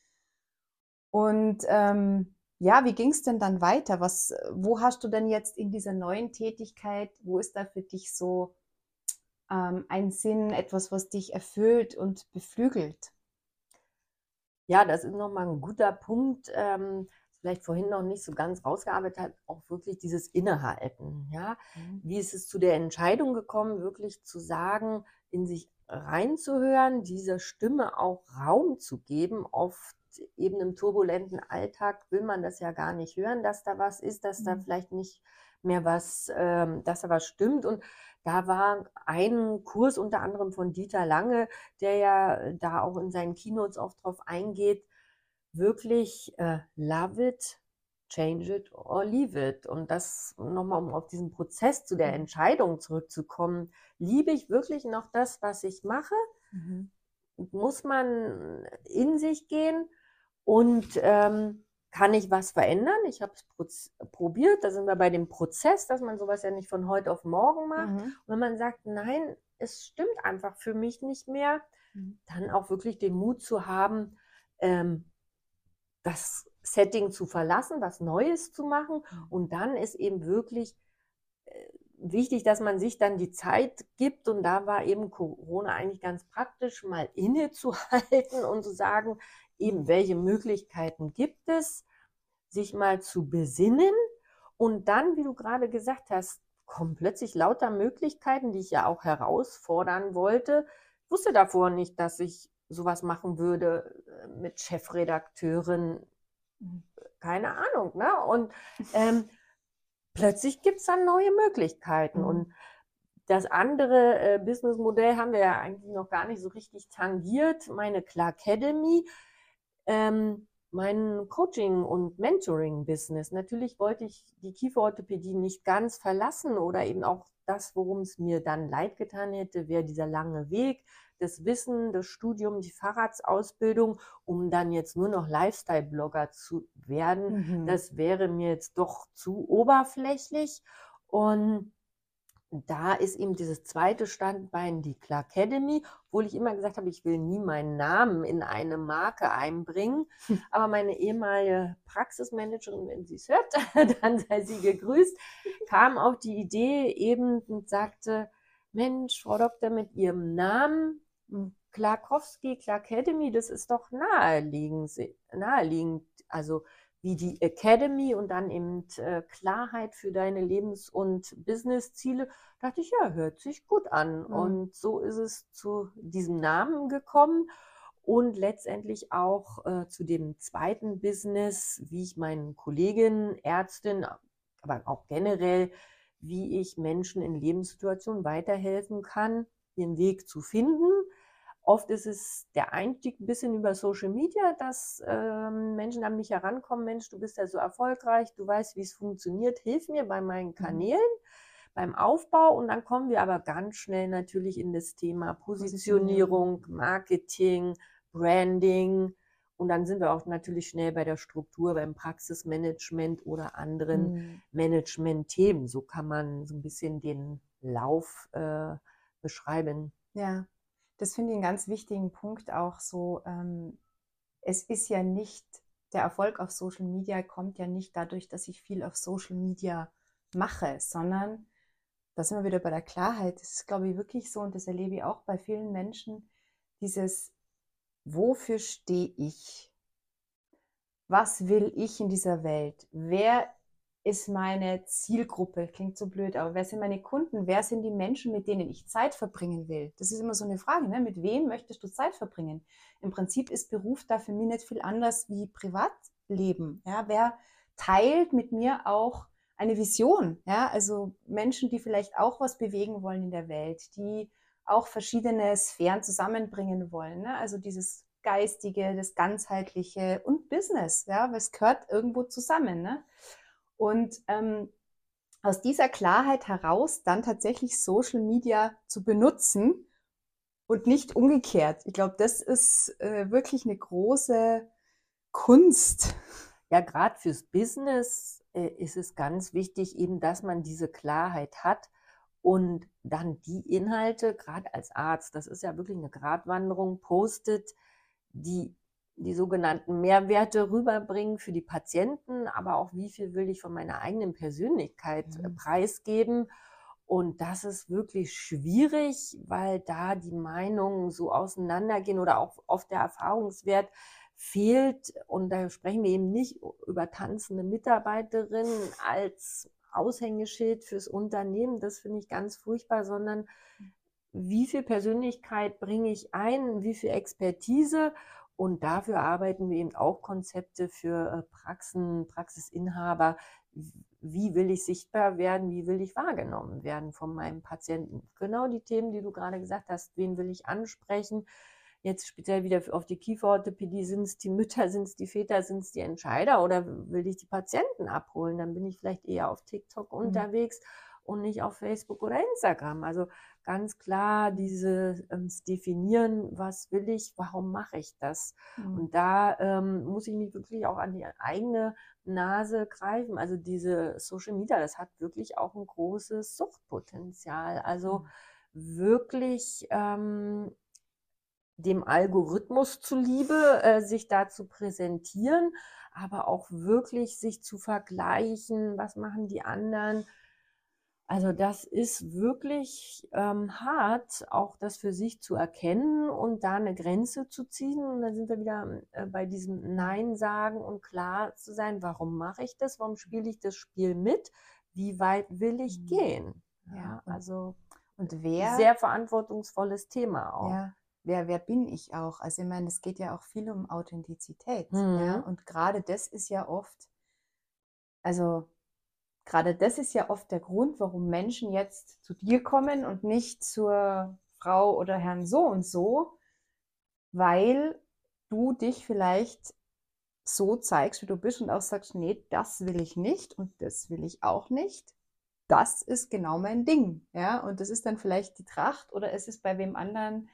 Und ähm, ja, wie ging es denn dann weiter? Was, wo hast du denn jetzt in dieser neuen Tätigkeit, wo ist da für dich so ähm, ein Sinn, etwas, was dich erfüllt und beflügelt? Ja, das ist nochmal ein guter Punkt, ähm, vielleicht vorhin noch nicht so ganz rausgearbeitet hat, auch wirklich dieses Innehalten. Ja? Mhm. Wie ist es zu der Entscheidung gekommen, wirklich zu sagen, in sich reinzuhören, dieser Stimme auch Raum zu geben? Oft eben im turbulenten Alltag will man das ja gar nicht hören, dass da was ist, dass da Mhm. vielleicht nicht mehr was, ähm, dass da was stimmt. Und da war ein Kurs unter anderem von Dieter Lange, der ja da auch in seinen Keynotes oft drauf eingeht, wirklich äh, love it, change it or leave it. Und das nochmal, um auf diesen Prozess zu der Mhm. Entscheidung zurückzukommen, liebe ich wirklich noch das, was ich mache? Mhm. Muss man in sich gehen und ähm, kann ich was verändern? Ich habe es probiert, da sind wir bei dem Prozess, dass man sowas ja nicht von heute auf morgen macht. Mhm. Und wenn man sagt, nein, es stimmt einfach für mich nicht mehr, Mhm. dann auch wirklich den Mut zu haben, ähm, das Setting zu verlassen, was Neues zu machen. Mhm. Und dann ist eben wirklich äh, wichtig, dass man sich dann die Zeit gibt, und da war eben Corona eigentlich ganz praktisch, mal innezuhalten und zu sagen, eben welche Möglichkeiten gibt es, sich mal zu besinnen, und dann, wie du gerade gesagt hast, kommen plötzlich lauter Möglichkeiten, die ich ja auch herausfordern wollte. Ich wusste davor nicht, dass ich sowas machen würde mit Chefredakteurin, keine Ahnung, ne? Und ähm, plötzlich gibt es dann neue Möglichkeiten. Mhm. Und das andere äh, Businessmodell haben wir ja eigentlich noch gar nicht so richtig tangiert, meine Clarkademy, ähm, mein Coaching- und Mentoring-Business. Natürlich wollte ich die Kieferorthopädie nicht ganz verlassen, oder eben auch das, worum es mir dann leid getan hätte, wäre dieser lange Weg, das Wissen, das Studium, die Facharztausbildung, um dann jetzt nur noch Lifestyle-Blogger zu werden. Mhm. Das wäre mir jetzt doch zu oberflächlich. Und da ist eben dieses zweite Standbein die Clarkademy, obwohl ich immer gesagt habe, ich will nie meinen Namen in eine Marke einbringen. Aber meine ehemalige Praxismanagerin, wenn sie es hört, dann sei sie gegrüßt, kam auf die Idee eben und sagte, Mensch, Frau Doktor, mit Ihrem Namen Clarkowski, Clarkademy, das ist doch naheliegend, naheliegend, also wie die Academy und dann eben äh, Klarheit für deine Lebens- und Businessziele. Da dachte ich, ja, hört sich gut an. Mhm. Und so ist es zu diesem Namen gekommen und letztendlich auch äh, zu dem zweiten Business, wie ich meinen Kolleginnen, Ärztinnen, aber auch generell, wie ich Menschen in Lebenssituationen weiterhelfen kann, ihren Weg zu finden. Oft ist es der Einstieg ein bisschen über Social Media, dass ähm, Menschen an mich herankommen, Mensch, du bist ja so erfolgreich, du weißt, wie es funktioniert, hilf mir bei meinen Kanälen, mhm. beim Aufbau, und dann kommen wir aber ganz schnell natürlich in das Thema Positionierung, Marketing, Branding, und dann sind wir auch natürlich schnell bei der Struktur, beim Praxismanagement oder anderen mhm. Management-Themen. So kann man so ein bisschen den Lauf äh, beschreiben. Ja. Das finde ich einen ganz wichtigen Punkt auch so. Ähm, es ist ja nicht, der Erfolg auf Social Media kommt ja nicht dadurch, dass ich viel auf Social Media mache, sondern da sind wir wieder bei der Klarheit. Das ist, glaube ich, wirklich so, und das erlebe ich auch bei vielen Menschen, dieses, wofür stehe ich? Was will ich in dieser Welt? Wer ist meine Zielgruppe? Klingt so blöd, aber wer sind meine Kunden? Wer sind die Menschen, mit denen ich Zeit verbringen will? Das ist immer so eine Frage, ne? Mit wem möchtest du Zeit verbringen? Im Prinzip ist Beruf da für mich nicht viel anders wie Privatleben. Ja? Wer teilt mit mir auch eine Vision? Ja? Also Menschen, die vielleicht auch was bewegen wollen in der Welt, die auch verschiedene Sphären zusammenbringen wollen. Ne? Also dieses Geistige, das Ganzheitliche und Business, ja, weil es gehört irgendwo zusammen. Ne? Und ähm, aus dieser Klarheit heraus dann tatsächlich Social Media zu benutzen und nicht umgekehrt. Ich glaube, das ist äh, wirklich eine große Kunst. Ja, gerade fürs Business äh, ist es ganz wichtig, eben, dass man diese Klarheit hat und dann die Inhalte, gerade als Arzt, das ist ja wirklich eine Gratwanderung, postet, die die sogenannten Mehrwerte rüberbringen für die Patienten, aber auch, wie viel will ich von meiner eigenen Persönlichkeit mhm. preisgeben. Und das ist wirklich schwierig, weil da die Meinungen so auseinandergehen oder auch oft der Erfahrungswert fehlt. Und da sprechen wir eben nicht über tanzende Mitarbeiterinnen als Aushängeschild fürs Unternehmen, das finde ich ganz furchtbar, sondern wie viel Persönlichkeit bringe ich ein, wie viel Expertise, und dafür arbeiten wir eben auch Konzepte für Praxen, Praxisinhaber. Wie will ich sichtbar werden, wie will ich wahrgenommen werden von meinem Patienten? Genau die Themen, die du gerade gesagt hast, wen will ich ansprechen? Jetzt speziell wieder auf die Kieferorthopädie, sind es die Mütter, sind es die Väter, sind es die Entscheider, oder will ich die Patienten abholen? Dann bin ich vielleicht eher auf TikTok mhm. unterwegs und nicht auf Facebook oder Instagram. Also ganz klar dieses ähm, Definieren, was will ich, warum mache ich das? Mhm. Und da ähm, muss ich mich wirklich auch an die eigene Nase greifen. Also diese Social Media, das hat wirklich auch ein großes Suchtpotenzial. Also mhm. wirklich ähm, dem Algorithmus zuliebe, äh, sich da zu präsentieren, aber auch wirklich sich zu vergleichen, was machen die anderen. Also das ist wirklich ähm, hart, auch das für sich zu erkennen und da eine Grenze zu ziehen. Und dann sind wir wieder äh, bei diesem Nein sagen und klar zu sein, warum mache ich das? Warum spiele ich das Spiel mit? Wie weit will ich Mhm. gehen? Ja, Ja, und, also und wer, sehr verantwortungsvolles Thema auch. ja, wer, wer bin ich auch? Also ich meine, es geht ja auch viel um Authentizität. Ja, Mhm. und gerade das ist ja oft, also gerade das ist ja oft der Grund, warum Menschen jetzt zu dir kommen und nicht zur Frau oder Herrn so und so, weil du dich vielleicht so zeigst, wie du bist und auch sagst, nee, das will ich nicht und das will ich auch nicht. Das ist genau mein Ding. Ja, und das ist dann vielleicht die Tracht oder es ist bei wem anderen,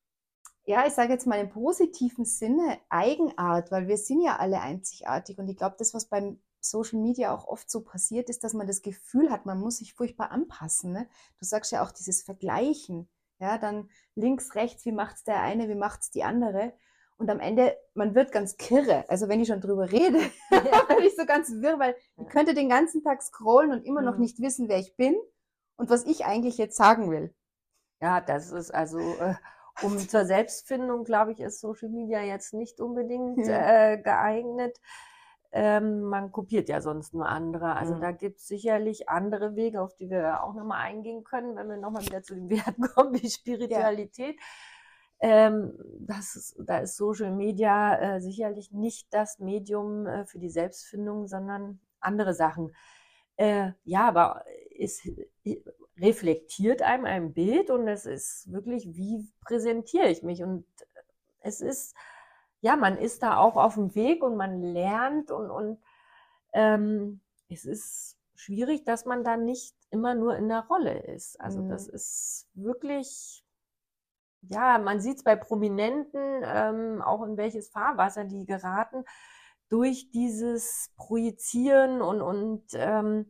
ja, ich sage jetzt mal im positiven Sinne Eigenart, weil wir sind ja alle einzigartig. Und ich glaube, das, was beim Social Media auch oft so passiert, ist, dass man das Gefühl hat, man muss sich furchtbar anpassen. Ne? Du sagst ja auch dieses Vergleichen. Ja, dann links, rechts, wie macht's der eine, wie macht's die andere? Und am Ende, man wird ganz kirre. Also wenn ich schon drüber rede, bin ich so ganz wirr, weil ich könnte den ganzen Tag scrollen und immer noch Mhm. nicht wissen, wer ich bin und was ich eigentlich jetzt sagen will. Ja, das ist also, äh, um zur Selbstfindung, glaube ich, ist Social Media jetzt nicht unbedingt Ja. äh, geeignet. Ähm, man kopiert ja sonst nur andere. Also Mhm. da gibt es sicherlich andere Wege, auf die wir auch nochmal eingehen können, wenn wir nochmal wieder zu den Werten kommen, wie Spiritualität. Ähm, das ist, da ist Social Media äh, sicherlich nicht das Medium äh, für die Selbstfindung, sondern andere Sachen. Äh, ja, aber es äh, reflektiert einem ein Bild und es ist wirklich, wie präsentiere ich mich? Und es ist, ja, man ist da auch auf dem Weg und man lernt und, und ähm, es ist schwierig, dass man da nicht immer nur in der Rolle ist. Also Mhm. das ist wirklich, ja, man sieht es bei Prominenten, ähm, auch in welches Fahrwasser die geraten, durch dieses Projizieren und, und ähm,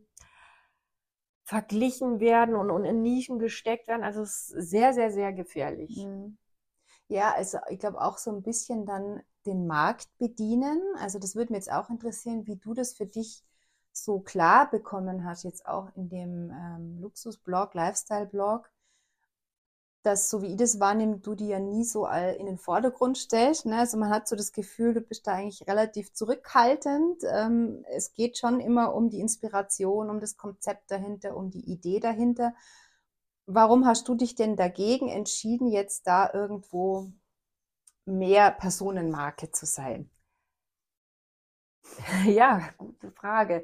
verglichen werden und, und in Nischen gesteckt werden. Also es ist sehr, sehr, sehr gefährlich. Mhm. Ja, also ich glaube auch so ein bisschen dann den Markt bedienen. Also das würde mich jetzt auch interessieren, wie du das für dich so klar bekommen hast, jetzt auch in dem ähm, Luxus-Blog, Lifestyle-Blog, dass, so wie ich das wahrnehme, du die ja nie so all in den Vordergrund stellst. Ne? Also man hat so das Gefühl, du bist da eigentlich relativ zurückhaltend. Ähm, es geht schon immer um die Inspiration, um das Konzept dahinter, um die Idee dahinter. Warum hast du dich denn dagegen entschieden, jetzt da irgendwo mehr Personenmarke zu sein? Ja, gute Frage.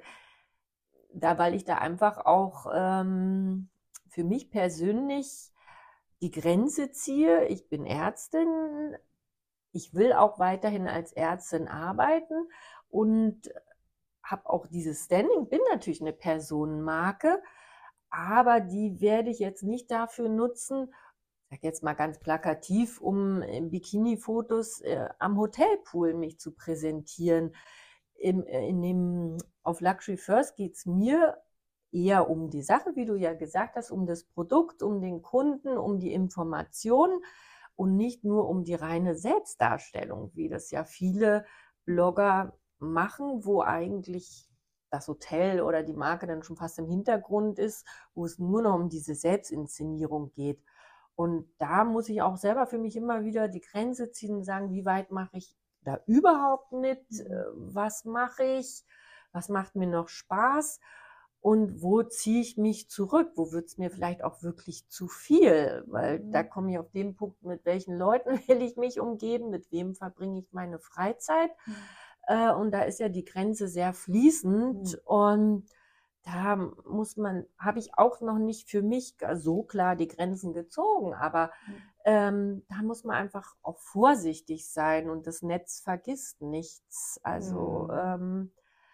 Da, weil ich da einfach auch ähm, für mich persönlich die Grenze ziehe. Ich bin Ärztin, ich will auch weiterhin als Ärztin arbeiten und habe auch dieses Standing, bin natürlich eine Personenmarke, aber die werde ich jetzt nicht dafür nutzen, ich sag jetzt mal ganz plakativ, um in Bikini-Fotos äh, am Hotelpool mich zu präsentieren. Im, äh, in dem, auf Luxury First geht es mir eher um die Sache, wie du ja gesagt hast, um das Produkt, um den Kunden, um die Information und nicht nur um die reine Selbstdarstellung, wie das ja viele Blogger machen, wo eigentlich das Hotel oder die Marke dann schon fast im Hintergrund ist, wo es nur noch um diese Selbstinszenierung geht. Und da muss ich auch selber für mich immer wieder die Grenze ziehen und sagen, wie weit mache ich da überhaupt mit? Mhm. Was mache ich? Was macht mir noch Spaß? Und wo ziehe ich mich zurück? Wo wird es mir vielleicht auch wirklich zu viel? Weil Mhm. da komme ich auf den Punkt, mit welchen Leuten will ich mich umgeben? Mit wem verbringe ich meine Freizeit? Mhm. Äh, und da ist ja die Grenze sehr fließend. Mhm. Und da muss man, habe ich auch noch nicht für mich so klar die Grenzen gezogen, aber Mhm. ähm, da muss man einfach auch vorsichtig sein und das Netz vergisst nichts. Also Mhm. ähm,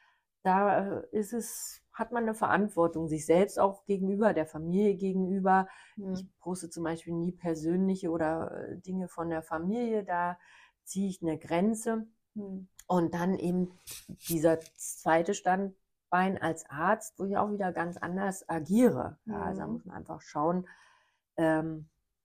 da ist es, hat man eine Verantwortung, sich selbst auch gegenüber, der Familie gegenüber. Ich Mhm. poste zum Beispiel nie persönliche oder Dinge von der Familie, da ziehe ich eine Grenze. Mhm. Und dann eben dieser zweite Standbein als Arzt, wo ich auch wieder ganz anders agiere. Ja, also da Mhm. muss man einfach schauen, ähm,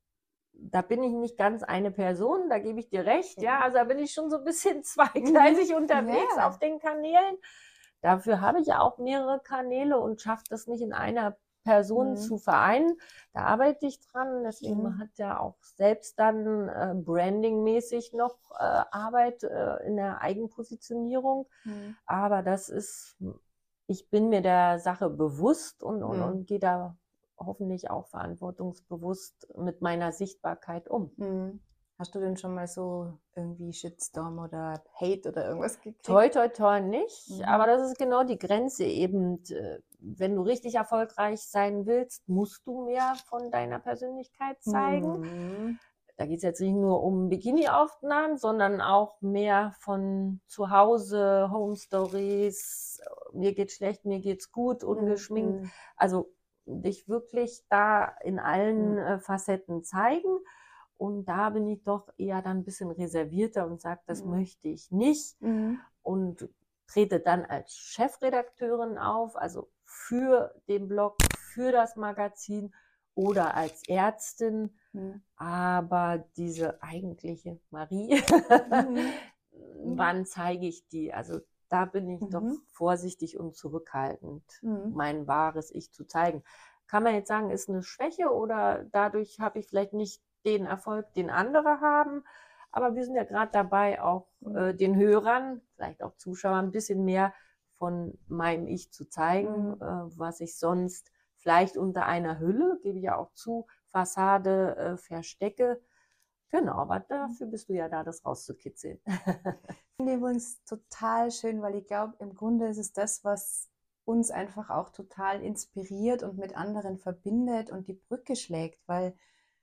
da bin ich nicht ganz eine Person, da gebe ich dir recht. Ja, also da bin ich schon so ein bisschen zweigleisig Mhm. unterwegs Ja. auf den Kanälen. Dafür habe ich ja auch mehrere Kanäle und schaffe das nicht in einer Personen Mhm. zu vereinen. Da arbeite ich dran. Deswegen Mhm. hat ja auch selbst dann äh, brandingmäßig noch äh, Arbeit äh, in der Eigenpositionierung. Mhm. Aber das ist, ich bin mir der Sache bewusst und, und, Mhm. und gehe da hoffentlich auch verantwortungsbewusst mit meiner Sichtbarkeit um. Mhm. Hast du denn schon mal so irgendwie Shitstorm oder Hate oder irgendwas gekriegt? Toi, toi, toi nicht, Mhm. aber das ist genau die Grenze eben. äh, Wenn du richtig erfolgreich sein willst, musst du mehr von deiner Persönlichkeit zeigen. Mhm. Da geht es jetzt nicht nur um Bikini-Aufnahmen, sondern auch mehr von zu Hause, Home Stories, mir geht's schlecht, mir geht's gut, ungeschminkt. Mhm. Also dich wirklich da in allen Mhm. äh, Facetten zeigen. Und da bin ich doch eher dann ein bisschen reservierter und sage, das Mhm. möchte ich nicht. Mhm. Und trete dann als Chefredakteurin auf, also für den Blog, für das Magazin oder als Ärztin. Mhm. Aber diese eigentliche Marie, Mhm. wann zeige ich die? Also da bin ich doch Mhm. vorsichtig und zurückhaltend, Mhm. mein wahres Ich zu zeigen. Kann man jetzt sagen, ist eine Schwäche oder dadurch habe ich vielleicht nicht den Erfolg, den andere haben? Aber wir sind ja gerade dabei, auch Mhm. äh, den Hörern, vielleicht auch Zuschauern, ein bisschen mehr von meinem Ich zu zeigen, Mhm. äh, was ich sonst vielleicht unter einer Hülle, gebe ich ja auch zu, Fassade äh, verstecke. Genau, aber dafür bist du ja da, das rauszukitzeln. Ich finde übrigens total schön, weil ich glaube, im Grunde ist es das, was uns einfach auch total inspiriert und mit anderen verbindet und die Brücke schlägt, weil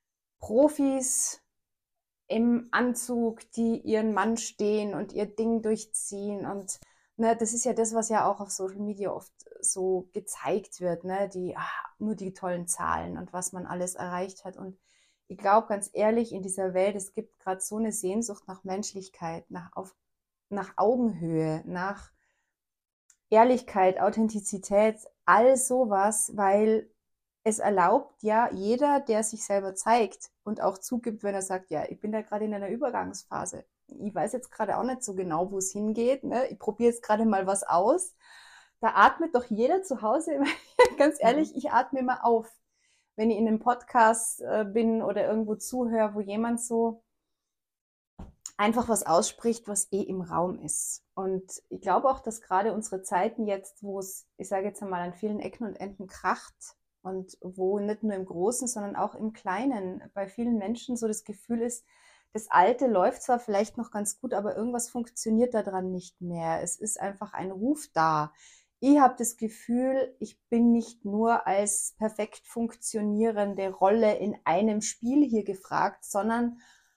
Profis im Anzug, die ihren Mann stehen und ihr Ding durchziehen und ne, das ist ja das, was ja auch auf Social Media oft so gezeigt wird, ne, die ah, nur die tollen Zahlen und was man alles erreicht hat und ich glaube ganz ehrlich, in dieser Welt, es gibt gerade so eine Sehnsucht nach Menschlichkeit, nach, auf, nach Augenhöhe, nach Ehrlichkeit, Authentizität, all sowas, weil es erlaubt ja jeder, der sich selber zeigt und auch zugibt, wenn er sagt, ja, ich bin da gerade in einer Übergangsphase. Ich weiß jetzt gerade auch nicht so genau, wo es hingeht. Ne? Ich probiere jetzt gerade mal was aus. Da atmet doch jeder zu Hause. Ganz ehrlich, ich atme immer auf, wenn ich in einem Podcast äh, bin oder irgendwo zuhöre, wo jemand so einfach was ausspricht, was eh im Raum ist. Und ich glaube auch, dass gerade unsere Zeiten jetzt, wo es, ich sage jetzt einmal, an vielen Ecken und Enden kracht und wo nicht nur im Großen, sondern auch im Kleinen bei vielen Menschen so das Gefühl ist, das Alte läuft zwar vielleicht noch ganz gut, aber irgendwas funktioniert daran nicht mehr. Es ist einfach ein Ruf da. Ich habe das Gefühl, ich bin nicht nur als perfekt funktionierende Rolle in einem Spiel hier gefragt, sondern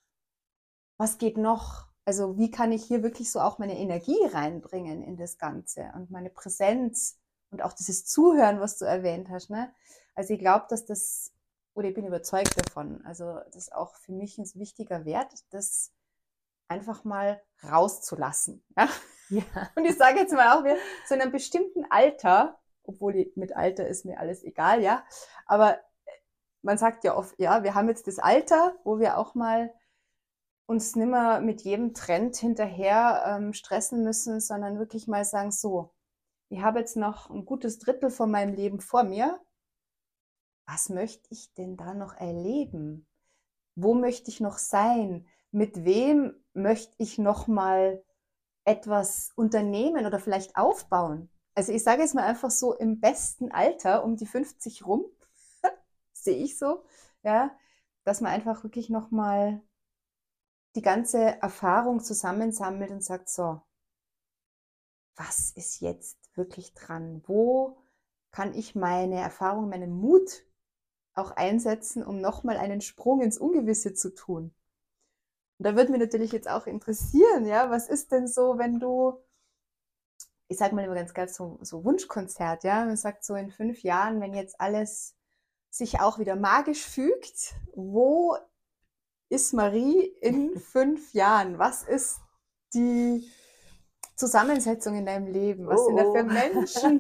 was geht noch? Also wie kann ich hier wirklich so auch meine Energie reinbringen in das Ganze und meine Präsenz und auch dieses Zuhören, was du erwähnt hast. Ne? Also ich glaube, dass das, oder ich bin überzeugt davon, also das ist auch für mich ein wichtiger Wert, das einfach mal rauszulassen. Ja? Ja. Und ich sage jetzt mal auch, wir so in einem bestimmten Alter, obwohl ich, mit Alter ist mir alles egal, ja, aber man sagt ja oft, ja, wir haben jetzt das Alter, wo wir auch mal uns nimmer mit jedem Trend hinterher ähm, stressen müssen, sondern wirklich mal sagen, so, ich habe jetzt noch ein gutes Drittel von meinem Leben vor mir. Was möchte ich denn da noch erleben? Wo möchte ich noch sein? Mit wem möchte ich noch mal etwas unternehmen oder vielleicht aufbauen? Also ich sage jetzt mal einfach so im besten Alter, um die fünfzig rum, sehe ich so, ja, dass man einfach wirklich noch mal die ganze Erfahrung zusammensammelt und sagt, so, was ist jetzt wirklich dran? Wo kann ich meine Erfahrung, meinen Mut auch einsetzen, um nochmal einen Sprung ins Ungewisse zu tun? Und da würde mich natürlich jetzt auch interessieren, ja, was ist denn so, wenn du, ich sage mal immer ganz geil, so, so Wunschkonzert, ja, man sagt so in fünf Jahren, wenn jetzt alles sich auch wieder magisch fügt, wo ist Marie in fünf Jahren? Was ist die Zusammensetzung in deinem Leben? Was Oh, sind da für oh. Menschen?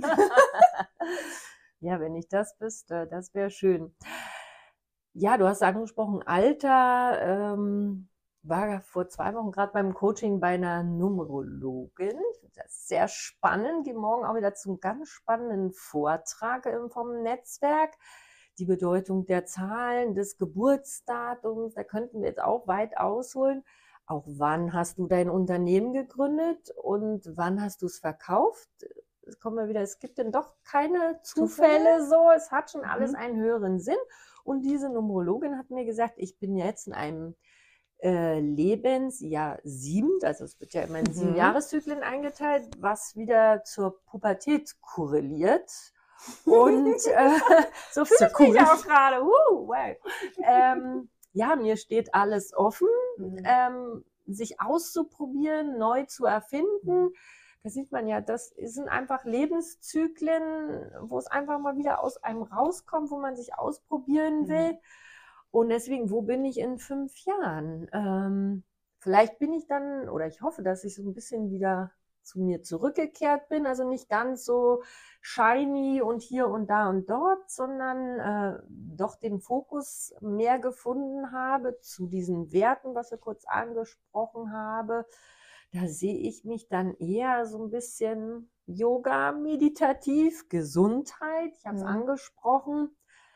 Ja, wenn ich das wüsste, das wäre schön. Ja, du hast angesprochen, Alter. Ähm, war vor zwei Wochen gerade beim Coaching bei einer Numerologin. Das ist sehr spannend. Gehe morgen auch wieder zum ganz spannenden Vortrag ähm, vom Netzwerk. Die Bedeutung der Zahlen, des Geburtsdatums, da könnten wir jetzt auch weit ausholen. Auch wann hast du dein Unternehmen gegründet und wann hast du es verkauft? Jetzt kommen wir wieder, es gibt denn doch keine Zufälle, Zufälle so, es hat schon alles mhm. einen höheren Sinn. Und diese Numerologin hat mir gesagt, ich bin jetzt in einem äh, Lebensjahr sieben, also es wird ja immer in mhm. sieben Jahreszyklen eingeteilt, was wieder zur Pubertät korreliert. Und äh, so fühle ich mich auch gerade. Uh, wow. ähm, ja, mir steht alles offen, mhm. ähm, sich auszuprobieren, neu zu erfinden. Da sieht man ja, das sind einfach Lebenszyklen, wo es einfach mal wieder aus einem rauskommt, wo man sich ausprobieren will. Mhm. Und deswegen, wo bin ich in fünf Jahren? Ähm, vielleicht bin ich dann, oder ich hoffe, dass ich so ein bisschen wieder zu mir zurückgekehrt bin, also nicht ganz so shiny und hier und da und dort, sondern äh, doch den Fokus mehr gefunden habe zu diesen Werten, was wir kurz angesprochen haben. Da sehe ich mich dann eher so ein bisschen Yoga, meditativ, Gesundheit, ich habe es mhm. angesprochen.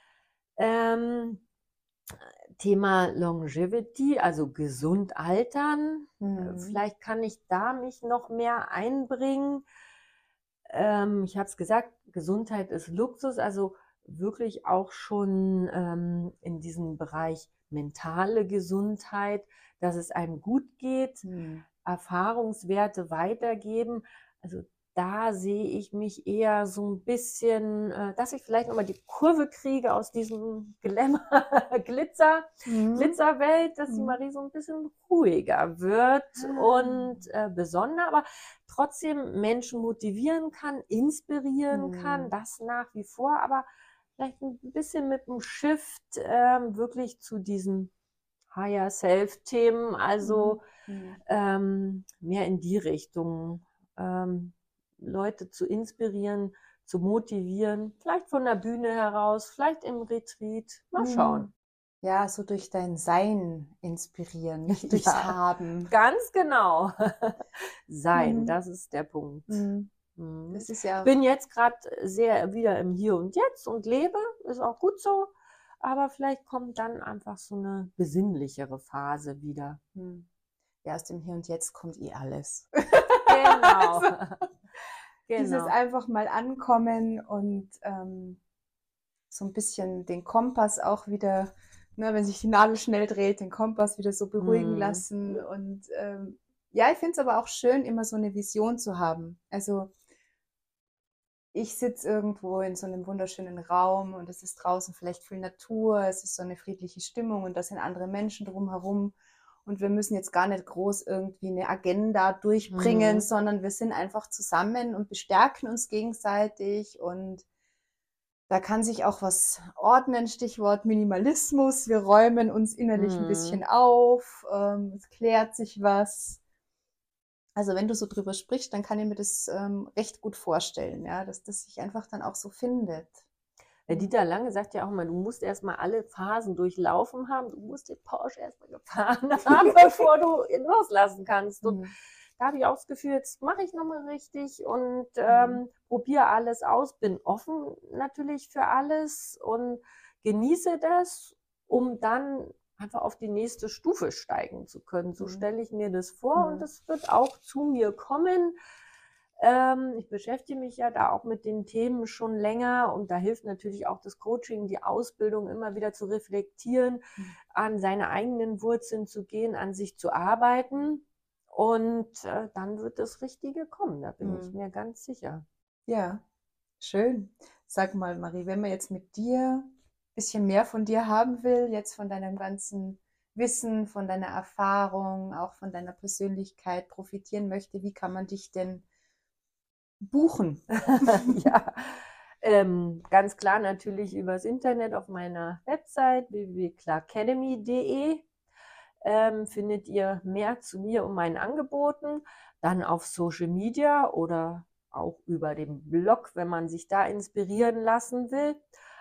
Ähm, Thema Longevity, also gesund altern. Mhm. Vielleicht kann ich da mich noch mehr einbringen. Ähm, ich habe es gesagt, Gesundheit ist Luxus, also wirklich auch schon ähm, in diesem Bereich mentale Gesundheit, dass es einem gut geht, mhm. Erfahrungswerte weitergeben. Also da sehe ich mich eher so ein bisschen, äh, dass ich vielleicht nochmal die Kurve kriege aus diesem Glamour, Glitzer, mhm. Glitzerwelt, dass die Marie so ein bisschen ruhiger wird mhm. und äh, besonder, aber trotzdem Menschen motivieren kann, inspirieren mhm. kann, das nach wie vor, aber vielleicht ein bisschen mit dem Shift ähm, wirklich zu diesen Higher Self-Themen, also mhm. ähm, mehr in die Richtung. Ähm, Leute zu inspirieren, zu motivieren, vielleicht von der Bühne heraus, vielleicht im Retreat, mal schauen. Ja, so durch dein Sein inspirieren, nicht durchs ja, Haben. Ganz genau. Sein, mhm. das ist der Punkt. Mhm. Mhm. Das ist ja bin jetzt gerade sehr wieder im Hier und Jetzt und lebe, ist auch gut so, aber vielleicht kommt dann einfach so eine besinnlichere Phase wieder. Mhm. Ja, aus dem Hier und Jetzt kommt eh alles. Genau. also, Genau. Dieses einfach mal ankommen und ähm, so ein bisschen den Kompass auch wieder, ne, wenn sich die Nadel schnell dreht, den Kompass wieder so beruhigen mm. lassen. Und ähm, ja, ich finde es aber auch schön, immer so eine Vision zu haben. Also ich sitze irgendwo in so einem wunderschönen Raum und es ist draußen vielleicht viel Natur, es ist so eine friedliche Stimmung und da sind andere Menschen drumherum. Und wir müssen jetzt gar nicht groß irgendwie eine Agenda durchbringen, mhm. sondern wir sind einfach zusammen und bestärken uns gegenseitig. Und da kann sich auch was ordnen, Stichwort Minimalismus. Wir räumen uns innerlich mhm. ein bisschen auf, ähm, es klärt sich was. Also wenn du so drüber sprichst, dann kann ich mir das ähm, recht gut vorstellen, ja, dass das sich einfach dann auch so findet. Der Dieter Lange sagt ja auch immer, du musst erstmal alle Phasen durchlaufen haben, du musst den Porsche erstmal gefahren haben, bevor du ihn loslassen kannst. Und mhm. da habe ich auch das Gefühl, jetzt mache ich nochmal richtig und ähm, mhm. probiere alles aus, bin offen natürlich für alles und genieße das, um dann einfach auf die nächste Stufe steigen zu können. So mhm. stelle ich mir das vor mhm. und das wird auch zu mir kommen. Ich beschäftige mich ja da auch mit den Themen schon länger und da hilft natürlich auch das Coaching, die Ausbildung immer wieder zu reflektieren, mhm. an seine eigenen Wurzeln zu gehen, an sich zu arbeiten und äh, dann wird das Richtige kommen, da bin mhm. ich mir ganz sicher. Ja, schön. Sag mal, Marie, wenn man jetzt mit dir ein bisschen mehr von dir haben will, jetzt von deinem ganzen Wissen, von deiner Erfahrung, auch von deiner Persönlichkeit profitieren möchte, wie kann man dich denn buchen? ja, ähm, ganz klar natürlich übers Internet auf meiner Website w w w punkt clarkacademy punkt de ähm, findet ihr mehr zu mir und meinen Angeboten. Dann auf Social Media oder auch über den Blog, wenn man sich da inspirieren lassen will.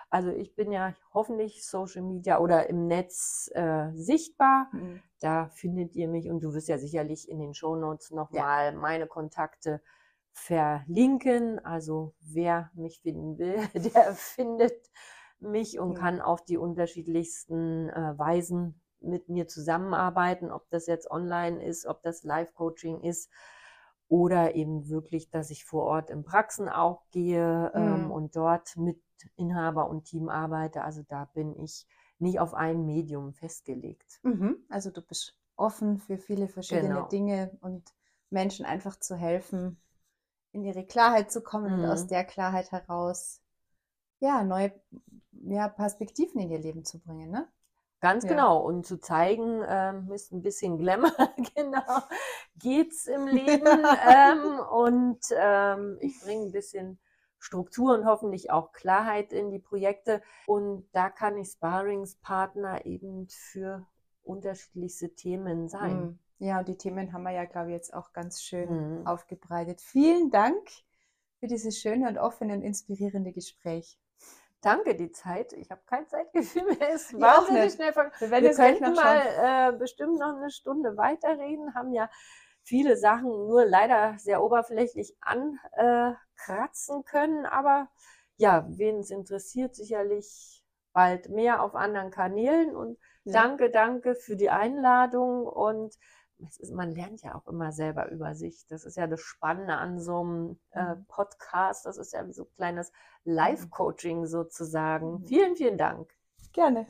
Also ich bin ja hoffentlich Social Media oder im Netz äh, sichtbar. Mhm. Da findet ihr mich und du wirst ja sicherlich in den Shownotes Ja. nochmal meine Kontakte verlinken. Also wer mich finden will, der findet mich und Ja. kann auf die unterschiedlichsten äh, Weisen mit mir zusammenarbeiten, ob das jetzt online ist, ob das Live-Coaching ist oder eben wirklich, dass ich vor Ort in Praxen auch gehe ähm, Mhm. und dort mit Inhaber und Team arbeite. Also da bin ich nicht auf ein Medium festgelegt. Mhm. Also du bist offen für viele verschiedene Genau. Dinge und Menschen einfach zu helfen, in ihre Klarheit zu kommen und aus Mhm. der Klarheit heraus ja, neue ja, Perspektiven in ihr Leben zu bringen, ne? Ganz Ja. genau. Und zu zeigen, ähm, ist ein bisschen Glamour, genau, geht's im Leben. Ähm, und ähm, ich bringe ein bisschen Struktur und hoffentlich auch Klarheit in die Projekte. Und da kann ich Sparringspartner eben für unterschiedlichste Themen sein. Mm. Ja, und die Themen haben wir ja, glaube ich, jetzt auch ganz schön Mhm. aufgebreitet. Vielen Dank für dieses schöne und offene und inspirierende Gespräch. Danke, die Zeit. Ich habe kein Zeitgefühl mehr. Es Ich war auch wahnsinnig nicht. schnell vergangen. Wir werden Wir jetzt gleich könnten nachschauen. mal äh, bestimmt noch eine Stunde weiterreden, haben ja viele Sachen nur leider sehr oberflächlich ankratzen können. Aber ja, wen es interessiert, sicherlich bald mehr auf anderen Kanälen. Und Ja. danke, danke für die Einladung. Und es ist, man lernt ja auch immer selber über sich. Das ist ja das Spannende an so einem äh, Mhm. Podcast. Das ist ja wie so ein kleines Live-Coaching sozusagen. Mhm. Vielen, vielen Dank. Gerne.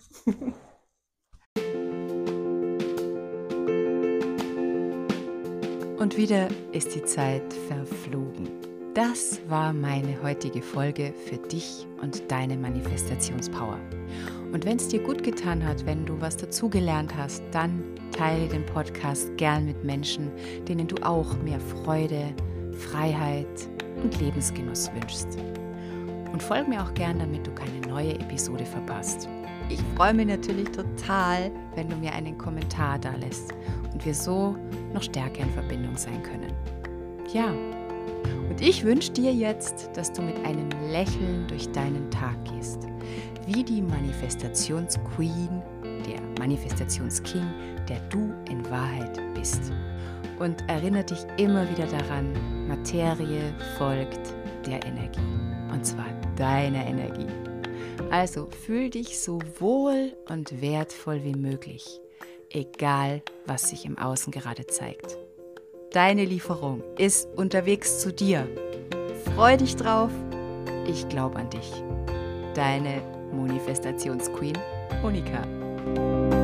Und wieder ist die Zeit verflogen. Das war meine heutige Folge für dich und deine Manifestationspower. Und wenn es dir gut getan hat, wenn du was dazugelernt hast, dann teile den Podcast gern mit Menschen, denen du auch mehr Freude, Freiheit und Lebensgenuss wünschst. Und folge mir auch gern, damit du keine neue Episode verpasst. Ich freue mich natürlich total, wenn du mir einen Kommentar da lässt und wir so noch stärker in Verbindung sein können. Ja, und ich wünsche dir jetzt, dass du mit einem Lächeln durch deinen Tag gehst, wie die Manifestationsqueen, der Manifestationsking, der du in Wahrheit bist. Und erinnere dich immer wieder daran, Materie folgt der Energie, und zwar deiner Energie. Also fühl dich so wohl und wertvoll wie möglich, egal was sich im Außen gerade zeigt. Deine Lieferung ist unterwegs zu dir. Freu dich drauf, ich glaube an dich. Deine Manifestationsqueen Monika.